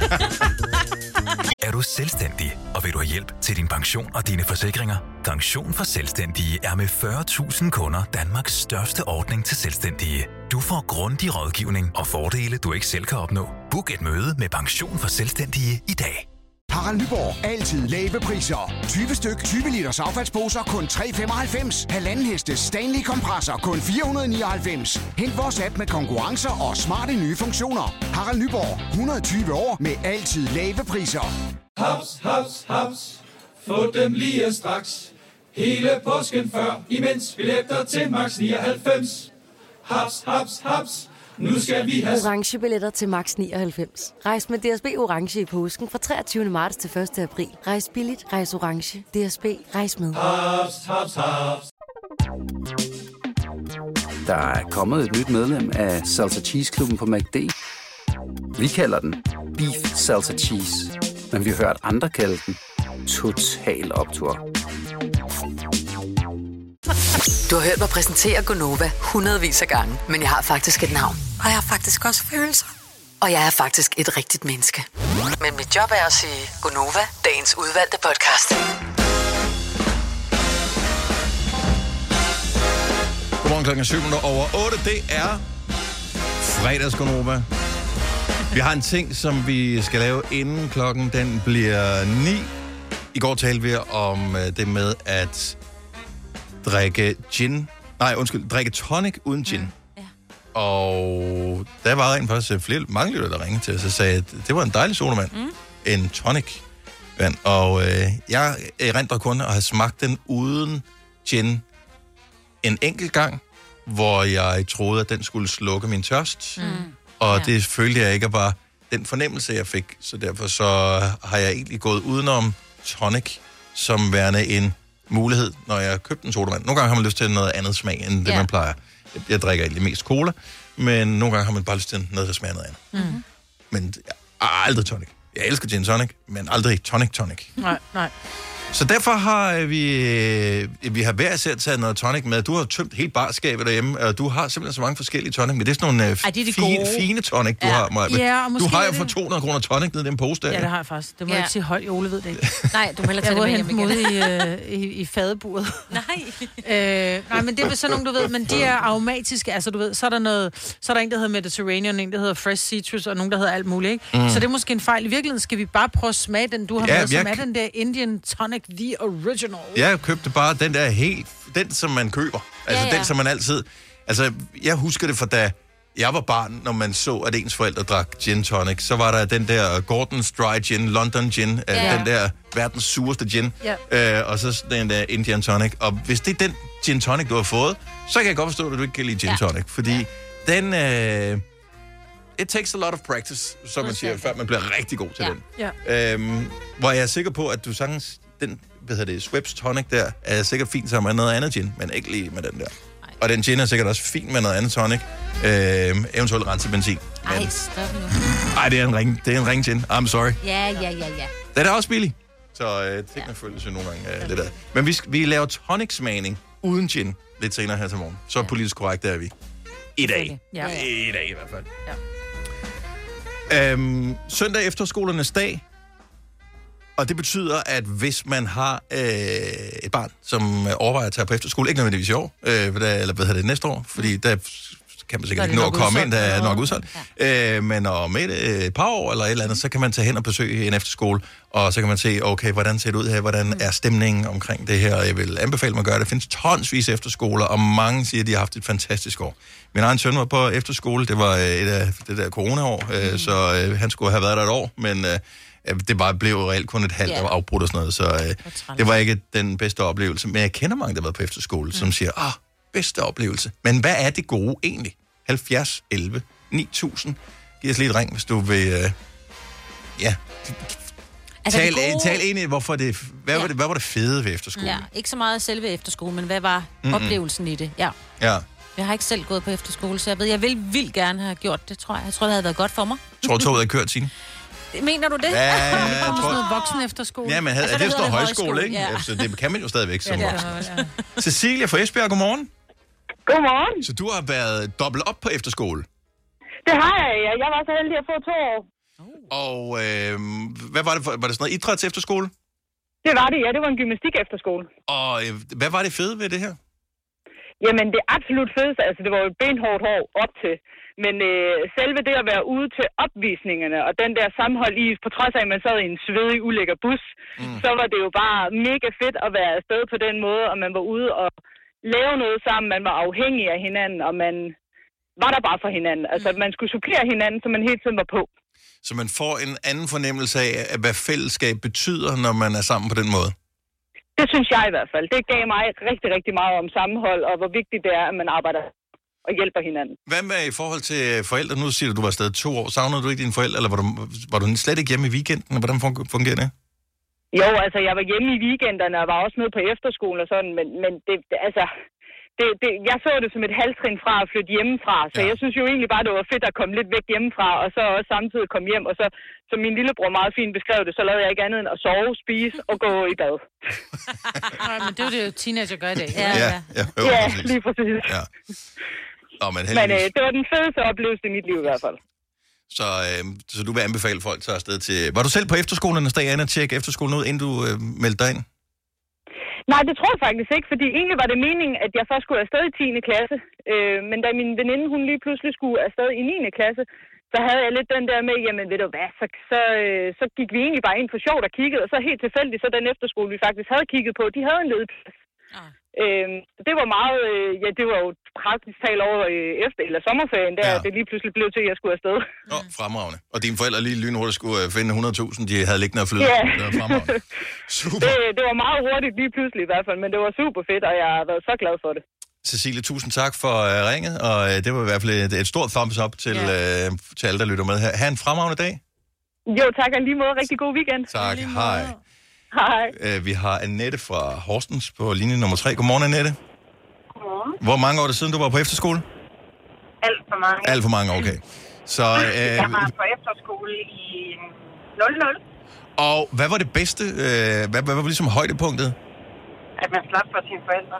er du selvstændig, og vil du have hjælp til din pension og dine forsikringer? Pension for Selvstændige er med fyrre tusind kunder Danmarks største ordning til selvstændige. Du får grundig rådgivning og fordele, du ikke selv kan opnå. Book et møde med Pension for Selvstændige i dag. Harald Nyborg. Altid lave priser. tyve styk, tyve liters affaldsposer kun tre komma femoghalvfems. Halvanden heste Stanley kompresser kun fire hundrede og nioghalvfems. Hent vores app med konkurrencer og smarte nye funktioner. Harald Nyborg. hundrede og tyve år med altid lave priser. Haps, haps, haps. Få dem lige straks. Hele påsken før, imens billetter til max nioghalvfems. Haps, haps, haps. Nu skal vi have orange billetter til max nioghalvfems. Rejs med D S B orange i påsken fra treogtyvende marts til første april. Rejs billigt, rejs orange. D S B, rejs med. Haps, haps, haps. Der er kommet et nyt medlem af Salsa Cheese Klubben på McD. Vi kalder den Beef Salsa Cheese, men vi har hørt andre kalde den Total Optur. Du har hørt mig præsentere Gonova hundredvis af gange, men jeg har faktisk et navn. Og jeg har faktisk også følelser. Og jeg er faktisk et rigtigt menneske. Men mit job er at sige Gonova, dagens udvalgte podcast. Godmorgen klokken syv over otte. Det er fredags Gonova. Vi har en ting, som vi skal lave inden klokken den bliver ni. I går talte vi om det med at drikke gin. Nej, undskyld, drikke tonic uden gin. Ja. Ja. Og der var rent faktisk flere, mange lytter, der ringede til os og sagde, at det var en dejlig sodavand. Mm. En tonic vand. Og øh, jeg erindrer kun at have smagt den uden gin en enkelt gang, hvor jeg troede, at den skulle slukke min tørst. Mm. Og ja. det følte jeg ikke var den fornemmelse, jeg fik. Så derfor så har jeg egentlig gået udenom tonic som værende en mulighed, når jeg købte en sodavand. Nogle gange har man lyst til noget andet smag, end det, ja. man plejer. Jeg, jeg drikker egentlig mest cola, men nogle gange har man bare lyst til noget, der smager noget andet. Mm-hmm. Men jeg, aldrig tonic. Jeg elsker gin tonic, men aldrig tonic tonic. Nej, nej. Så derfor har vi, vi har hver især taget noget tonic med. Du har tømt helt barskabet derhjemme, og du har simpelthen så mange forskellige tonic, men det er sådan nogle Ej, de fine, fine tonic, du ja. har, Maja. Ja, du har jo for to hundrede kroner tonic ned i den pose der. Ja, det har jeg faktisk. Det må ja. jeg ikke sige højt, Ole ved det ikke. Nej, du må heller tage det med hjem igen. Jeg var i, i, i fadeburet. Nej. øh, nej, men det er sådan nogle, du ved, men de er aromatiske. Altså, du ved, så er der noget, så er der en, der hedder Mediterranean, en, der hedder Fresh Citrus, og nogen, der hedder alt muligt, ikke? Mm. Så det er måske en fejl. I virkeligheden skal vi bare prøve at smage den, du har ja, med, som jeg... er den der Indian Tonic The Original. Jeg købte bare den der helt, den som man køber. Altså ja, ja. den som man altid, altså jeg husker det fra da jeg var barn, når man så, at ens forældre drak gin tonic, så var der den der Gordon's Dry Gin, London Gin, ja. den der verdens sureste gin, ja. øh, og så den der Indian Tonic. Og hvis det er den gin tonic, du har fået, så kan jeg godt forstå, at du ikke kan lide gin tonic, ja. fordi ja. den, øh, it takes a lot of practice, som man siger, før man bliver rigtig god til ja. den. Ja. Øhm, hvor jeg er sikker på, at du sagtens, den, hvad hedder det, Schweppes tonic der, er sikkert fint sammen med noget andet gin, men ikke lige med den der. Ej. Og den gin er sikkert også fint med noget andet tonic, øhm, eventuelt renset benzin. Ej, men... stop nu. Ej, det er en ring, det er en ring gin. I'm sorry. Ja, ja, ja, ja. Den er også billig, så øh, tingene ja. føles jo nogle gange øh, lidt af. Men vi, vi laver tonic-smagning uden gin lidt senere her til morgen. Så ja. politisk korrekt er vi. I dag. Ja. I dag i hvert fald. Ja. Øhm, søndag efterskolernes dag. Og det betyder, at hvis man har øh, et barn, som overvejer at tage på efterskole, ikke nødvendigvis i år, øh, eller hvad hedder det, næste år, fordi mm. der kan man sikkert ikke nå at komme ind, der er nok udsolgt. Ja. Øh, men om et, et par år eller et eller andet, så kan man tage hen og besøge en efterskole, og så kan man se, okay, hvordan ser det ud her, hvordan mm. er stemningen omkring det her, og jeg vil anbefale mig at gøre det. Der findes tonsvis efterskoler, og mange siger, at de har haft et fantastisk år. Min egen søn var på efterskole, det var et af det der corona-år, mm. øh, så øh, han skulle have været der et år, men øh, det bare blev reelt kun et halvt yeah. afbrudt og sådan noget, så øh, det var ikke den bedste oplevelse. Men jeg kender mange, der har været på efterskole, mm. som siger, ah, bedste oplevelse. Men hvad er det gode egentlig? halvfjerds elleve ni tusind. Giv os lige et ring, hvis du vil... Øh, ja. Altså, tal, gode... tal egentlig, hvorfor det... Hvad, ja. var det, hvad var det fede ved efterskolen? Ja, ikke så meget selve efterskole, men hvad var Mm-mm. oplevelsen i det? Ja. ja. Jeg har ikke selv gået på efterskole, så jeg ved, jeg vil vildt gerne have gjort det, tror jeg. Jeg tror, det havde været godt for mig. Tror du, toget havde kørt, Signe? Mener du det? Ja, jeg tror... sådan noget voksen efterskole. Ja, men havde, altså, er det sådan noget højskole, ikke? Ja. Så det kan man jo stadigvæk som ja, voksen. Ja. Cecilia fra Esbjerg, godmorgen. Godmorgen. Så du har været dobbelt op på efterskole? Det har jeg, ja. Jeg var så heldig at få to år. Og øh, hvad var det for? Var det sådan noget idræts efterskole? Det var det, ja. Det var en gymnastik efterskole. Og øh, hvad var det fede ved det her? Jamen, det absolut fedeste, altså det var jo et benhårdt hår op til. Men øh, selve det at være ude til opvisningerne, og den der sammenhold i, på trods af, at man sad i en svedig, ulækker bus, mm. så var det jo bare mega fedt at være afsted på den måde, og man var ude og lave noget sammen, man var afhængig af hinanden, og man var der bare for hinanden. Altså, man skulle supplere hinanden, så man hele tiden var på. Så man får en anden fornemmelse af, hvad fællesskab betyder, når man er sammen på den måde? Det synes jeg i hvert fald. Det gav mig rigtig, rigtig meget om sammenhold, og hvor vigtigt det er, at man arbejder og hjælper hinanden. Hvad med i forhold til forældre? Nu siger du, at du var afsted to år. Savnede du ikke dine forældre, eller var du, var du slet ikke hjemme i weekenden? Hvordan fungerer det? Jo, altså jeg var hjemme i weekenderne og var også med på efterskolen og sådan, men, men det, altså, det, det, jeg så det som et halvtrin fra at flytte hjemmefra, så ja. Jeg synes jo egentlig bare, det var fedt at komme lidt væk hjemmefra, og så også samtidig komme hjem, og så, som min lillebror meget fint beskrev det, så lavede jeg ikke andet end at sove, spise og gå i bad. Nej, men det er jo det, teenager gør i dag. Ja, ja, ja, jo, ja præcis. lige præcis. Ja. Nå, men men øh, det var den fedeste oplevelse i mit liv i hvert fald. Så, øh, så du vil anbefale folk til afsted til... Var du selv på efterskolen, og Anna, tjekke efterskolen ud, inden du øh, meldte dig ind? Nej, det tror jeg faktisk ikke, fordi egentlig var det meningen, at jeg først skulle afsted i tiende klasse. Øh, men da min veninde, hun lige pludselig skulle afsted i niende klasse, så havde jeg lidt den der med, jamen ved du hvad, så, så, øh, så gik vi egentlig bare ind for sjovt og kiggede, og så helt tilfældigt, så den efterskole, vi faktisk havde kigget på, de havde en ledig plads. Ah. Øh, det var meget, øh, ja, det var jo praktisk talt over øh, efter, eller sommerferien, der ja. Det lige pludselig blev til, at jeg skulle afsted. Åh, oh, fremragende. Og dine forældre lige lynhurtigt skulle finde hundrede tusind, de havde liggende og flyde. Ja. Det var fremragende. Super. Det, det var meget hurtigt lige pludselig i hvert fald, men det var super fedt, og jeg har været så glad for det. Cecilie, tusind tak for uh, ringet, og uh, det var i hvert fald et, et stort thumbs up til, ja. uh, til alle, der lytter med her. Ha' en fremragende dag. Jo, tak, og lige måde. Rigtig god weekend. Tak, hej. Hej. Uh, vi har Annette fra Horsens på linje nummer tre. Godmorgen, Annette. Godmorgen. Hvor mange år er det siden, du var på efterskole? Alt for mange. Alt for mange, okay. Så, uh, jeg var på efterskole i nul nul. Og hvad var det bedste? Uh, hvad, hvad var ligesom højdepunktet? At man slap for sine forældre.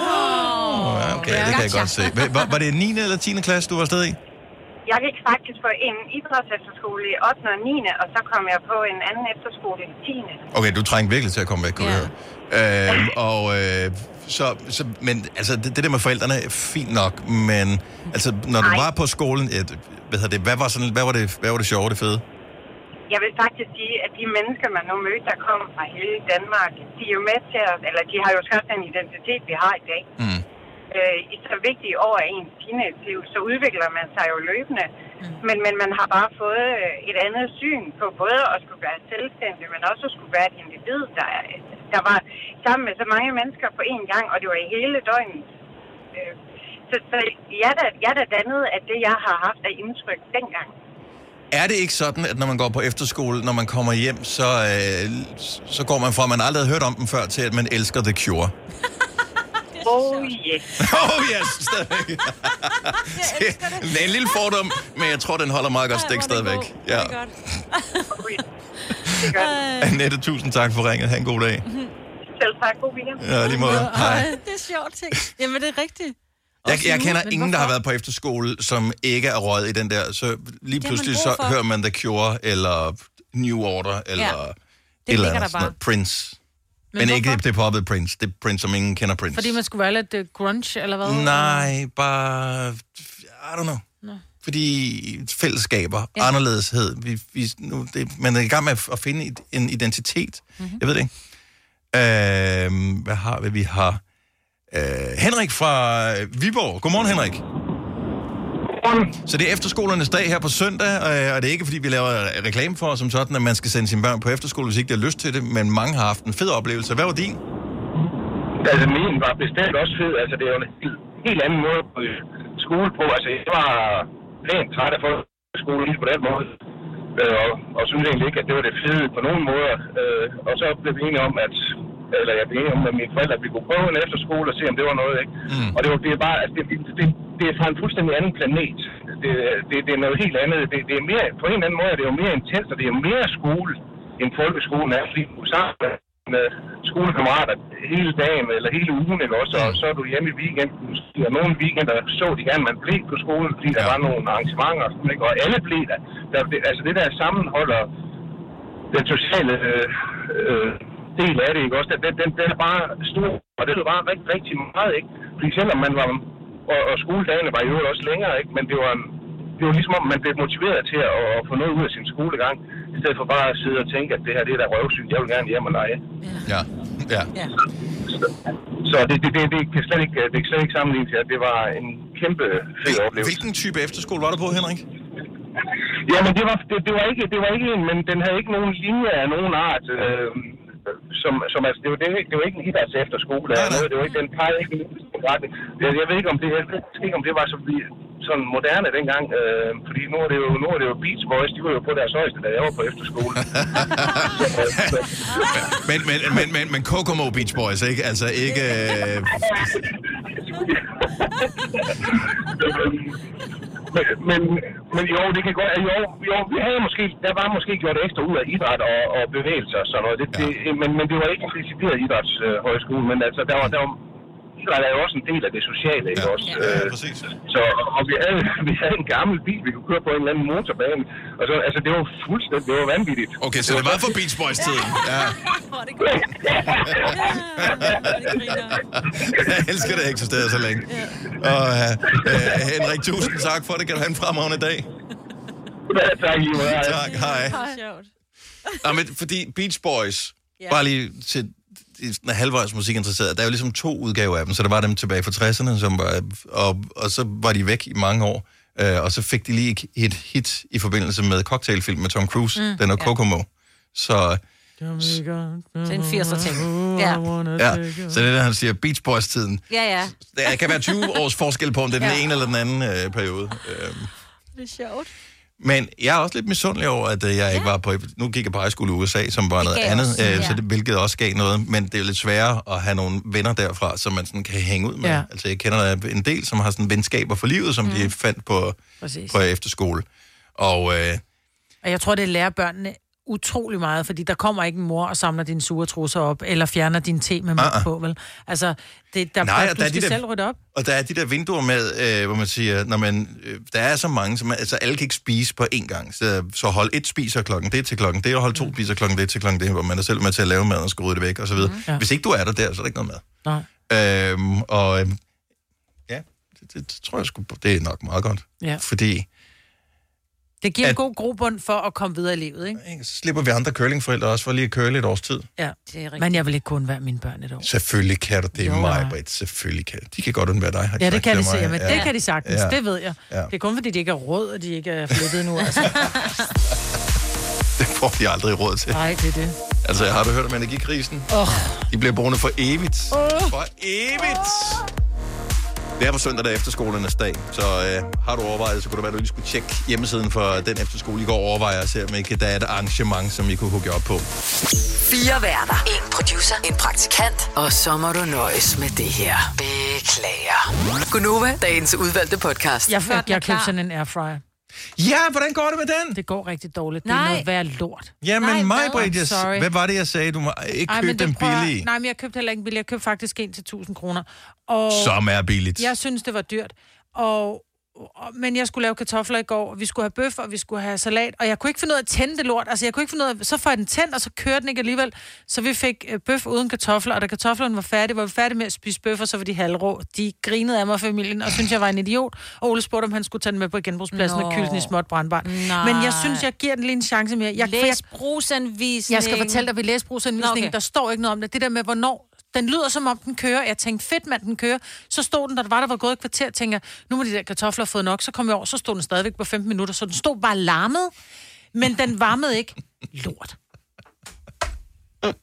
Oh, ja, okay, det kan jeg godt se. Var, var det niende eller tiende klasse, du var afsted i? Jeg gik faktisk på en idrætsefterskole i ottende og niende, og så kom jeg på en anden efterskole i tiende. Okay, du trængte virkelig til at komme væk, kunne ja. øh, Og øh, så, så, men altså, det, det der med forældrene er fint nok, men altså, når du Ej. var på skolen, et, hvad, det, hvad, var sådan, hvad, var det, hvad var det sjove, det fede? Jeg vil faktisk sige, at de mennesker, man nu mødte, der kom fra hele Danmark, de er jo med til at, eller de har jo skabt den identitet, vi har i dag. Mm. Øh, I så vigtige år af ens teenage-liv, så udvikler man sig jo løbende. Mm. Men, men man har bare fået et andet syn på både at skulle være selvstændig, men også at skulle være et individ, der, der var sammen med så mange mennesker på én gang, og det var i hele døgnet. Øh, så så jeg, er da, jeg er da dannet af det, jeg har haft af indtryk dengang. Er det ikke sådan, at når man går på efterskole, når man kommer hjem, så, øh, så går man fra, at man aldrig har hørt om dem før, til at man elsker The Cure? Oh yes. Oh yes, stadigvæk. Det er en lille fordom, men jeg tror, den holder meget godt stik stadigvæk. Ja. Det er godt. Det er godt. Annette, tusind tak for ringet. Ha' en god dag. Selv tak. God weekend. Ja, lige måde. Hej. Det er sjovt, ting. Jamen, det er rigtigt. Jeg, jeg kender ingen, der har været på efterskole, som ikke er røget i den der. Så lige pludselig så hører man The Cure, eller New Order, eller eller ligger der andet, sådan bare. noget. Prince. Men, Men Men ikke hvorfor? det poppet Prince. Det er Prince, som ingen kender Prince. Fordi man skulle være lidt uh, grunge, eller hvad? Nej, bare... I don't know. Nå. Fordi fællesskaber, Ja. ja. anderledeshed. Vi, vi, nu, det, man er i gang med at, at finde et- en identitet. Mm-hmm. Jeg ved det ikke. Øh, hvad har vi? Vi har øh, Henrik fra Viborg. Godmorgen, Henrik. Så det er efterskolernes dag her på søndag, øh, og det er ikke, fordi vi laver reklame for som sådan, at man skal sende sine børn på efterskole, hvis ikke de har lyst til det, men mange har haft en fed oplevelse. Hvad var din? Altså, min var bestemt også fed. Altså, det er jo en helt, helt anden måde på skole på. Altså, jeg var rent træt af folk på skole lige på den måde. Øh, og, og synes egentlig ikke, at det var det fede på nogen måder. Øh, og så blev vi enige om, at eller jeg blev enig om med mine forældre, at vi kunne prøve en efterskole og se, om det var noget, ikke? Mm. Og det, var, det er bare, altså, det, det, det er fra en fuldstændig anden planet. Det, det, det er noget helt andet. Det, det er mere, på en eller anden måde er det jo mere intens, og det er mere skole, end folkeskolen er. Fordi du er sammen med skolekammerater hele dagen, eller hele ugen, ikke også? Og så er du hjemme i weekenden. Og nogle weekender så de gerne, at man blev på skolen, fordi ja. der var nogle arrangementer, ikke? Og alle blev der. der det, altså det der sammenhold og den sociale øh, øh, del af det, ikke også? Den, den, den er bare stor, og det er bare rigtig, rigtig meget, ikke? Fordi selvom man var, og, og skoledagene var jo også længere, ikke? Men det var, en, det var ligesom, om man blev motiveret til at, at få noget ud af sin skolegang, i stedet for bare at sidde og tænke, at det her, det er der røvsygt, jeg vil gerne hjem og lege. Ja, ja. ja. Så, så det, det, det, det, kan slet ikke, det kan slet ikke sammenligne til, at det var en kæmpe fed oplevelse. Hvilken type efterskole var du på, Henrik? Jamen, det var, det, det var ikke, det var ikke en, men den havde ikke nogen linje af nogen art. Øh, som, som altså, det var, det, det var ikke en idræts efterskole eller noget, det var ikke den pegede ikke en retning. Jeg, jeg ved ikke om det, jeg ved ikke om det var så sådan moderne dengang, øh, fordi nu er det jo nu er det jo Beach Boys, de var jo på deres højeste, da jeg var på efterskole. men men men men men Kokomo Beach Boys, ikke? Altså ikke øh... Men, men, men jo, det kan godt, jo, jo, vi havde måske, der var måske gjort ekstra ud af idræt og, og bevægelser og sådan noget, det, ja. det, men, men det var ikke en decideret idrætshøjskole, øh, men altså, der var, der var, idræt er jo også en del af det sociale, ikke ja. også? Ja, øh, præcis. Så, og vi havde, vi havde en gammel bil, vi kunne køre på en eller anden motorbane, og så, altså, det var fuldstændig, det var vanvittigt. Okay, så det var for Beach Boys-tiden. Ja. Jeg elsker, at det eksisterer så længe. Og uh, uh, Henrik, tusind tak for det. Kan du have en fremragende dag? Ja, tak, lige meget. Tak, hej. Nå, men fordi Beach Boys, yeah. bare lige til de halvvejs musikinteresserede, der er jo ligesom to udgaver af dem, så der var dem tilbage fra tresserne, som var, og, og så var de væk i mange år, øh, og så fik de lige et hit i forbindelse med cocktailfilm med Tom Cruise, mm, den er ja. Kokomo. Så... Det er en firser ting. Ja. Ja, så det er der, han siger, Beach Boys-tiden. Ja, ja. Der kan være tyve års forskel på, om det er den ja. ene eller den anden øh, periode. Øhm. Det er sjovt. Men jeg er også lidt misundelig over, at øh, jeg ja. ikke var på... Nu gik jeg på high school i U S A, som var noget andet, også, øh, ja. så det, hvilket også gav noget. Men det er jo lidt sværere at have nogle venner derfra, som man sådan kan hænge ud med. Ja. Altså, jeg kender en del, som har sådan venskaber for livet, som mm. de fandt på, på efterskole. Og, øh, og jeg tror, det lærer børnene utrolig meget, fordi der kommer ikke en mor og samler dine sure trusser op, eller fjerner din te med mælk uh-uh. på, vel? Altså, det, der, Nej, der, du der skal de der, selv rydde op. Og der er de der vinduer med, øh, hvor man siger, når man, øh, der er så mange, som, altså alle kan ikke spise på én gang. Så, så hold et spiser klokken det til klokken det, og hold to mm. spiser klokken det til klokken det, hvor man er selv med til at lave mad og skal rydde det væk, og så videre. Mm. Ja. Hvis ikke du er der der, så er der ikke noget mad. Nej. Øhm, og øh, ja, det, det, det tror jeg sgu, det er nok meget godt. Ja. Fordi det giver at, en god grobund for at komme videre i livet, ikke? Så slipper vi andre curlingforældre også for lige at curle et års tid. Ja, det er rigtigt. Men jeg vil ikke kun være mine børn et år. Selvfølgelig kan du det, mig, Britt. Selvfølgelig kan de kan godt undvære dig. Ja, det kan de se, men ja. det kan de sagtens. Ja. Det ved jeg. Ja. Det er kun fordi, de ikke er råd, og de ikke er flyttet nu. Altså. Det får de aldrig råd til. Nej, det er det. Altså, har du hørt om energikrisen? Oh. De bliver boende for evigt. Oh. For evigt! Det er på søndag, der er efterskolernes dag, så øh, har du overvejet, så kunne det være, at du lige skulle tjekke hjemmesiden for den efterskole, I går overvejer og se, om ikke der er et arrangement, som I kunne hooke op på. Fire værter, en producer, en praktikant, og så må du nøjes med det her. Beklager. Gunova, dagens udvalgte podcast. Jeg, jeg, jeg købte sådan en airfryer. Ja, hvordan går det med den? Det går rigtig dårligt. Nej. Det er noget værd lort. Jamen, mig, Britt, hvad var det, jeg sagde? Du må ikke Ej, købe den billige. Nej, men jeg købte heller ikke billig. Jeg købte faktisk en til tusind kroner. Og som er billigt. Jeg synes, det var dyrt. Og men jeg skulle lave kartofler i går, og vi skulle have bøf, og vi skulle have salat, og jeg kunne ikke finde ud af at tænde det lort. Altså, jeg kunne ikke finde ud af, så får jeg den tændt, og så kørte den ikke alligevel. Så vi fik bøf uden kartofler, og da kartoflerne var færdige, var vi færdige med at spise bøf, og så var de halvrå. De grinede af mig, familien, og syntes, jeg var en idiot. Og Ole spurgte, om han skulle tage den med på genbrugspladsen og kylde den i småt brandbart. Men jeg synes, jeg giver den lige en chance mere. Jeg, Læsbrugsanvisning. Jeg skal fortælle dig, ved læsbrugsanvisningen, okay. Der står ikke noget om det. Det der med, hvornår den lyder, som om den kører. Jeg tænkte, fedt mand, den kører. Så stod den, da der var, der var gået et kvarter, tænker, nu må de der kartofler have fået nok. Så kom jeg over, så stod den stadigvæk på femten minutter. Så den stod bare larmet, men den varmede ikke. Lort. Det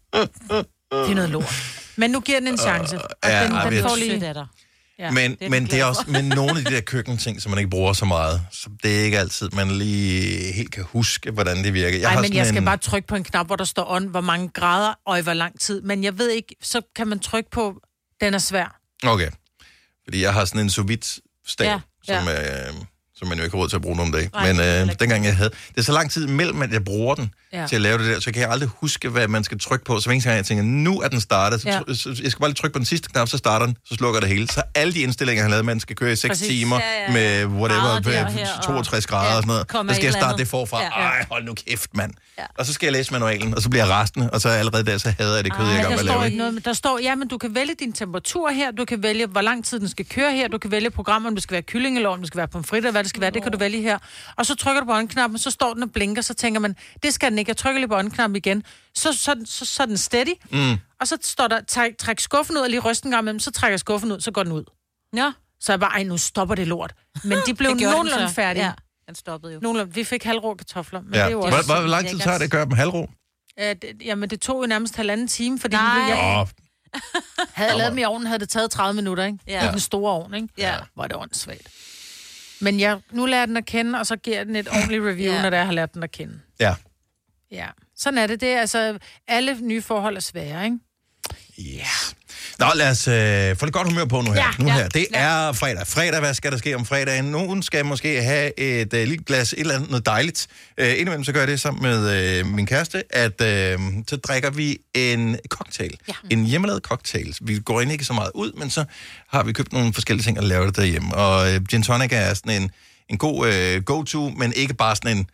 er noget lort. Men nu giver den en chance. Og ja, den, den jeg... får lige... Ja, men det er, men det er også med nogle af de der køkkenting, som man ikke bruger så meget. Så det er ikke altid, man lige helt kan huske, hvordan det virker. Nej, men jeg skal en... bare trykke på en knap, hvor der står on, hvor mange grader og i hvor lang tid. Men jeg ved ikke, så kan man trykke på, den er svær. Okay. Fordi jeg har sådan en sous vide-stav, ja, ja. som, øh, som man jo ikke har råd til at bruge nogle dage. Nej, men øh, dengang jeg havde... Det er så lang tid imellem, at jeg bruger den ja. til at lave det der, så kan jeg aldrig huske, hvad man skal trykke på. Så hver eneste gang jeg tænker, nu er den startet, så, ja. så jeg skal bare lige trykke på den sidste knap, så starter den, så slukker det hele. Så alle de indstillinger, jeg har lavet, man skal køre i seks timer ja, ja. med whatever, ah, toogtres grader ja. og sådan noget. Så skal jeg starte det forfra. Ja. Ej, hold nu kæft, mand. Ja. Og så skal jeg læse manualen, og så bliver jeg resten, og så allerede der, så hader jeg det kød, jeg gerne vil lave. Ikke noget, der står, ja, men du kan vælge din temperatur her, du kan vælge, hvor lang tid den skal køre her, du kan vælge programmer, om det skal være kylling, eller om det skal være pomfritter, hvad det skal være, det kan du vælge her. Og så trykker du på on-knappen, så står den og blinker, så tænker man, det skal den ikke. Jeg trykker lige på on-knappen igen. Så, så, så, så er den steady. Mm. Og så står der, træk, træk skuffen ud, og lige rysten en gang med dem, så trækker jeg skuffen ud, så går den ud. Ja. Så jeg bare, ej, nu stopper det lort. Men de blev nogenlunde færdige. Ja, den stoppede jo. Nogenlunde. Vi fik halvrå kartofler. Men ja. det er jo også... Hvor, hvor lang tid tager det at gøre dem halvrå? Ja, det, jamen, det tog jo nærmest halvanden time, fordi Nej. jeg havde jeg lavet dem i ovnen, havde det taget tredive minutter, ikke? Ja. I den store ovn, ikke? Ja. Hvor er det åndssvagt. Men jeg, nu lærer den at kende, og så giver jeg den et ordentligt review, ja. når jeg har lært den at kende. Ja. Ja. Sådan er det. Det er altså, alle nye forhold er svære, ikke? Yes. Nå, lad os øh, få lidt godt humør på nu her. Ja, nu ja, her. Det ja. er fredag. Fredag, hvad skal der ske om fredagen? Nogen skal måske have et øh, lille glas, et eller andet noget dejligt. Øh, indimellem så gør jeg det sammen med øh, min kæreste, at øh, så drikker vi en cocktail. Ja. En hjemmelavet cocktail. Vi går ind ikke så meget ud, men så har vi købt nogle forskellige ting og laver det derhjemme. Og øh, gin tonic er sådan en, en god øh, go-to, men ikke bare sådan en...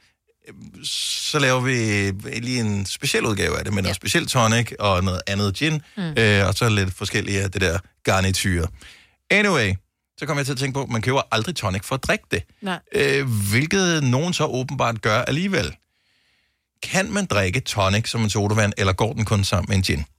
Så laver vi lige en speciel udgave af det, med noget ja. speciel tonic og noget andet gin, mm. øh, og så lidt forskellige af det der garnityr. Anyway, så kommer jeg til at tænke på, at man køber aldrig tonic for at drikke det. Nej. Øh, hvilket nogen så åbenbart gør alligevel. Kan man drikke tonic som en sodavand, eller går den kun sammen med en gin?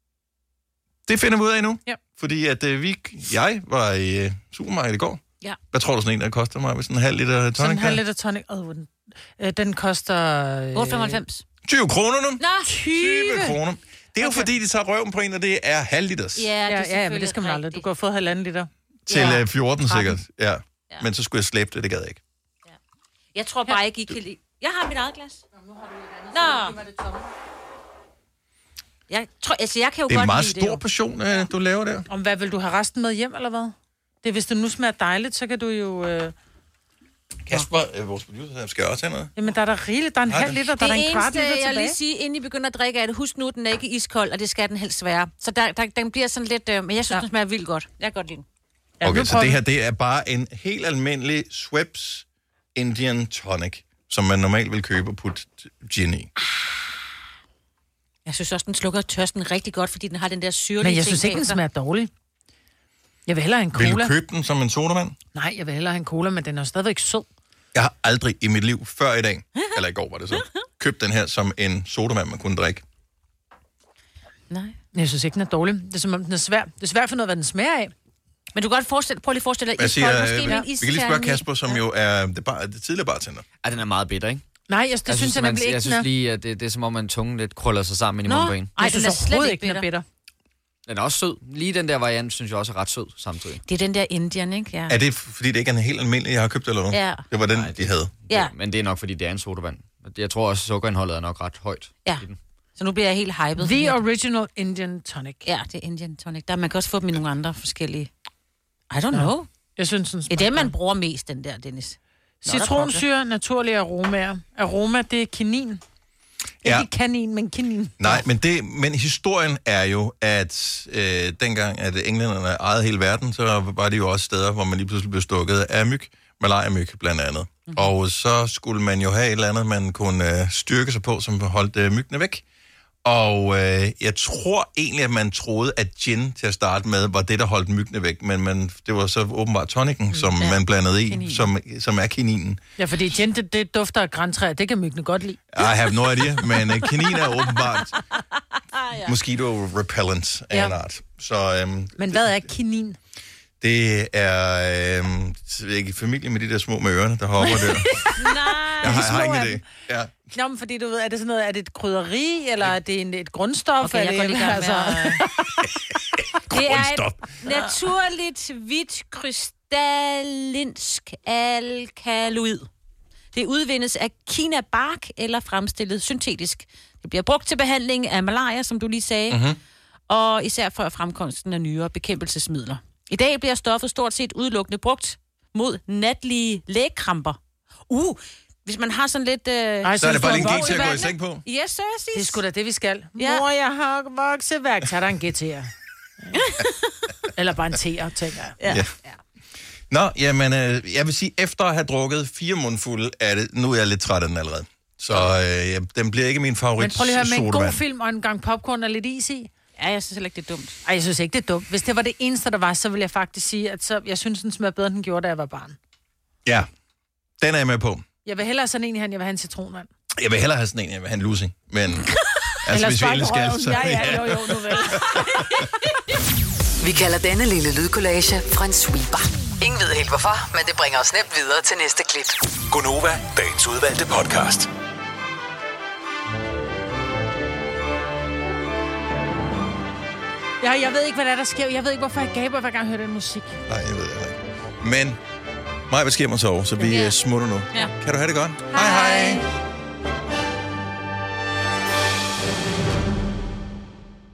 Det finder vi ud af nu. Ja. Fordi at øh, vi, jeg var i øh, supermarkedet i går. Ja. Hvad tror du sådan en, der koster mig? Hvis en halv liter tonic? Sådan en halv liter tonic. Oh, den, øh, den koster... Øh, otte femoghalvfems. tyve kroner nu? Nå, tyve kroner. Det er jo okay. Fordi, de tager røven på en, og det er halv liters. Ja, ja, ja, men det skal man aldrig. Du kan have fået halvanden liter. Til ja. fjorten sikkert, ja. ja. Men så skulle jeg slæbe det, det gad jeg ikke. Ja. Jeg tror bare ikke, I kan lide... Jeg har mit eget glas. Nå. Jeg, tror, altså, jeg kan jo det er godt en meget lide stor portion, øh, du laver der. Om hvad, vil du have resten med hjem, eller hvad? Det er, hvis det nu smager dejligt, så kan du jo... Øh... Kasper, øh, vores producer, skal jeg også have noget? Jamen, der er der rigeligt. Der er en halv liter, der er en kvart liter tilbage. Det eneste, jeg lige sige, inden I begynder at drikke, er det, husk nu, den er ikke iskold, og det skal den helst være. Så der, der, den bliver sådan lidt... Øh, men jeg synes, ja. den smager vildt godt. Jeg kan godt lide den. Ja, okay, så det her, det er bare en helt almindelig Schweppes Indian tonic, som man normalt vil købe og putte gin i. Jeg synes også, den slukker tørsten rigtig godt, fordi den har den der syrlige ting. Men jeg synes ikke, den smager dårlig. Jeg vil hellere have en cola. Vil du købe den som en sodavand? Nej, jeg vil hellere have en cola, men den er jo stadigvæk sød. Jeg har aldrig i mit liv, før i dag, eller i går var det så, købt den her som en sodavand, man kunne drikke. Nej. Jeg synes ikke, den er dårlig. Det er som om, den er svær. Det er svært at finde ud af, hvad den smager af. Men du kan godt forestille, prøv lige at forestille dig iskold, måske med en is. Vi kan lige spørge Kasper, som jo er det, bar, det tidligere bartender. Ja, den er meget bitter, ikke? Nej, jeg, det jeg synes jeg nemlig ikke, Jeg synes lige, at det, det er som om, man tungen lidt krøller sig sammen i munden på en. Nej, den er slet ikke bitter. bitter. Den er også sød. Lige den der variant, synes jeg også er ret sød samtidig. Det er den der Indian, ikke? Ja. Er det, fordi det ikke er en helt almindelig, jeg har købt, eller noget? Ja. Det var den, Nej, de havde. Ja. Det, men det er nok, fordi det er en sodavand. Jeg tror også, sukkerindholdet er nok ret højt ja. i den. Så nu bliver jeg helt hyped. The original Indian tonic. Ja, det er Indian tonic. Der man kan også få dem i nogle andre forskellige... I don't know. Jeg synes, den det er det, man bruger mest, den der, Dennis. Citronsyre, naturlige aromaer. Aroma, det er kinin. Ikke Ja. kanin, men kanin. Nej, men, det, men historien er jo, at øh, dengang, at englænderne ejede hele verden, så var det jo også steder, hvor man lige pludselig blev stukket af myg, malaria-myg blandt andet. Mm-hmm. Og så skulle man jo have et eller andet, man kunne øh, styrke sig på, som holdt øh, myggene væk. Og øh, jeg tror egentlig, at man troede, at gin til at starte med var det, der holdt myggene væk. Men man, det var så åbenbart tonikken, mm, som ja. man blandede i, som, som er kaninen. Ja, fordi gin, det, det dufter af grantræer. Det kan myggene godt lide. I have no idea, men uh, kanin er åbenbart ja. mosquito repellent af Ja. en art. Så, øhm, Men hvad er kanin? det er øhm, ikke i familie med de der små med ørerne, der hopper der. Nej. Jeg har, De jeg har små ingen af idé. dem. Ja. Nå, men fordi du ved, er det sådan noget, er det et krydderi, eller er det en, et grundstof? Okay, jeg eller, går lige i gang med altså... Det er et naturligt hvidt krystallinsk alkaloid. Det udvindes af kinabark eller fremstillet syntetisk. Det bliver brugt til behandling af malaria, som du lige sagde, Mm-hmm. og især for fremkomsten af nyere bekæmpelsesmidler. I dag bliver stoffet stort set udelukkende brugt mod natlige lægkramper. Uh, hvis man har sådan lidt... Øh, Ej, Så er det bare lige en du gig til at gå i vandet? seng på. Yes, sir, sis. Det er sgu da det, vi skal. Ja. Mor, jeg har vokseværk. Tag dig en G T'er. Eller bare en T'er, tænker jeg. Ja. Ja. Nå, jamen, øh, jeg vil sige, efter at have drukket fire mundfulde af det, nu er jeg lidt træt af den allerede. Så øh, den bliver ikke min favorit. Men prøv lige at høre, med en god sodavand. film og en gang popcorn og lidt is i. Ja, jeg synes heller ikke, det er dumt. Ej, jeg synes ikke, det er dumt. Hvis det var det eneste, der var, så ville jeg faktisk sige, at så, jeg synes, den smager bedre, end den gjorde, da jeg var barn. Ja, den er jeg med på. Jeg vil hellere sådan en, end jeg vil have en citronvand. Jeg vil hellere have sådan en, jeg vil have en lussing. Men altså, Eller hvis vi endelig skal, spejlrøven. så... Ja, ja, jo, jo, nu vel. Vi kalder denne lille lydkollage en sweeper. Ingen ved helt hvorfor, men det bringer os nemt videre til næste klip. Gonova, dagens udvalgte podcast. Ja, jeg ved ikke, hvad der er, der sker. Jeg ved ikke, hvorfor jeg gaber, hver gang jeg hører den musik. Nej, jeg ved det heller ikke. Men mig vil ske mig sove, så vi Ja. ja. smutter nu. Ja. Kan du have det godt? Hej hej. hej.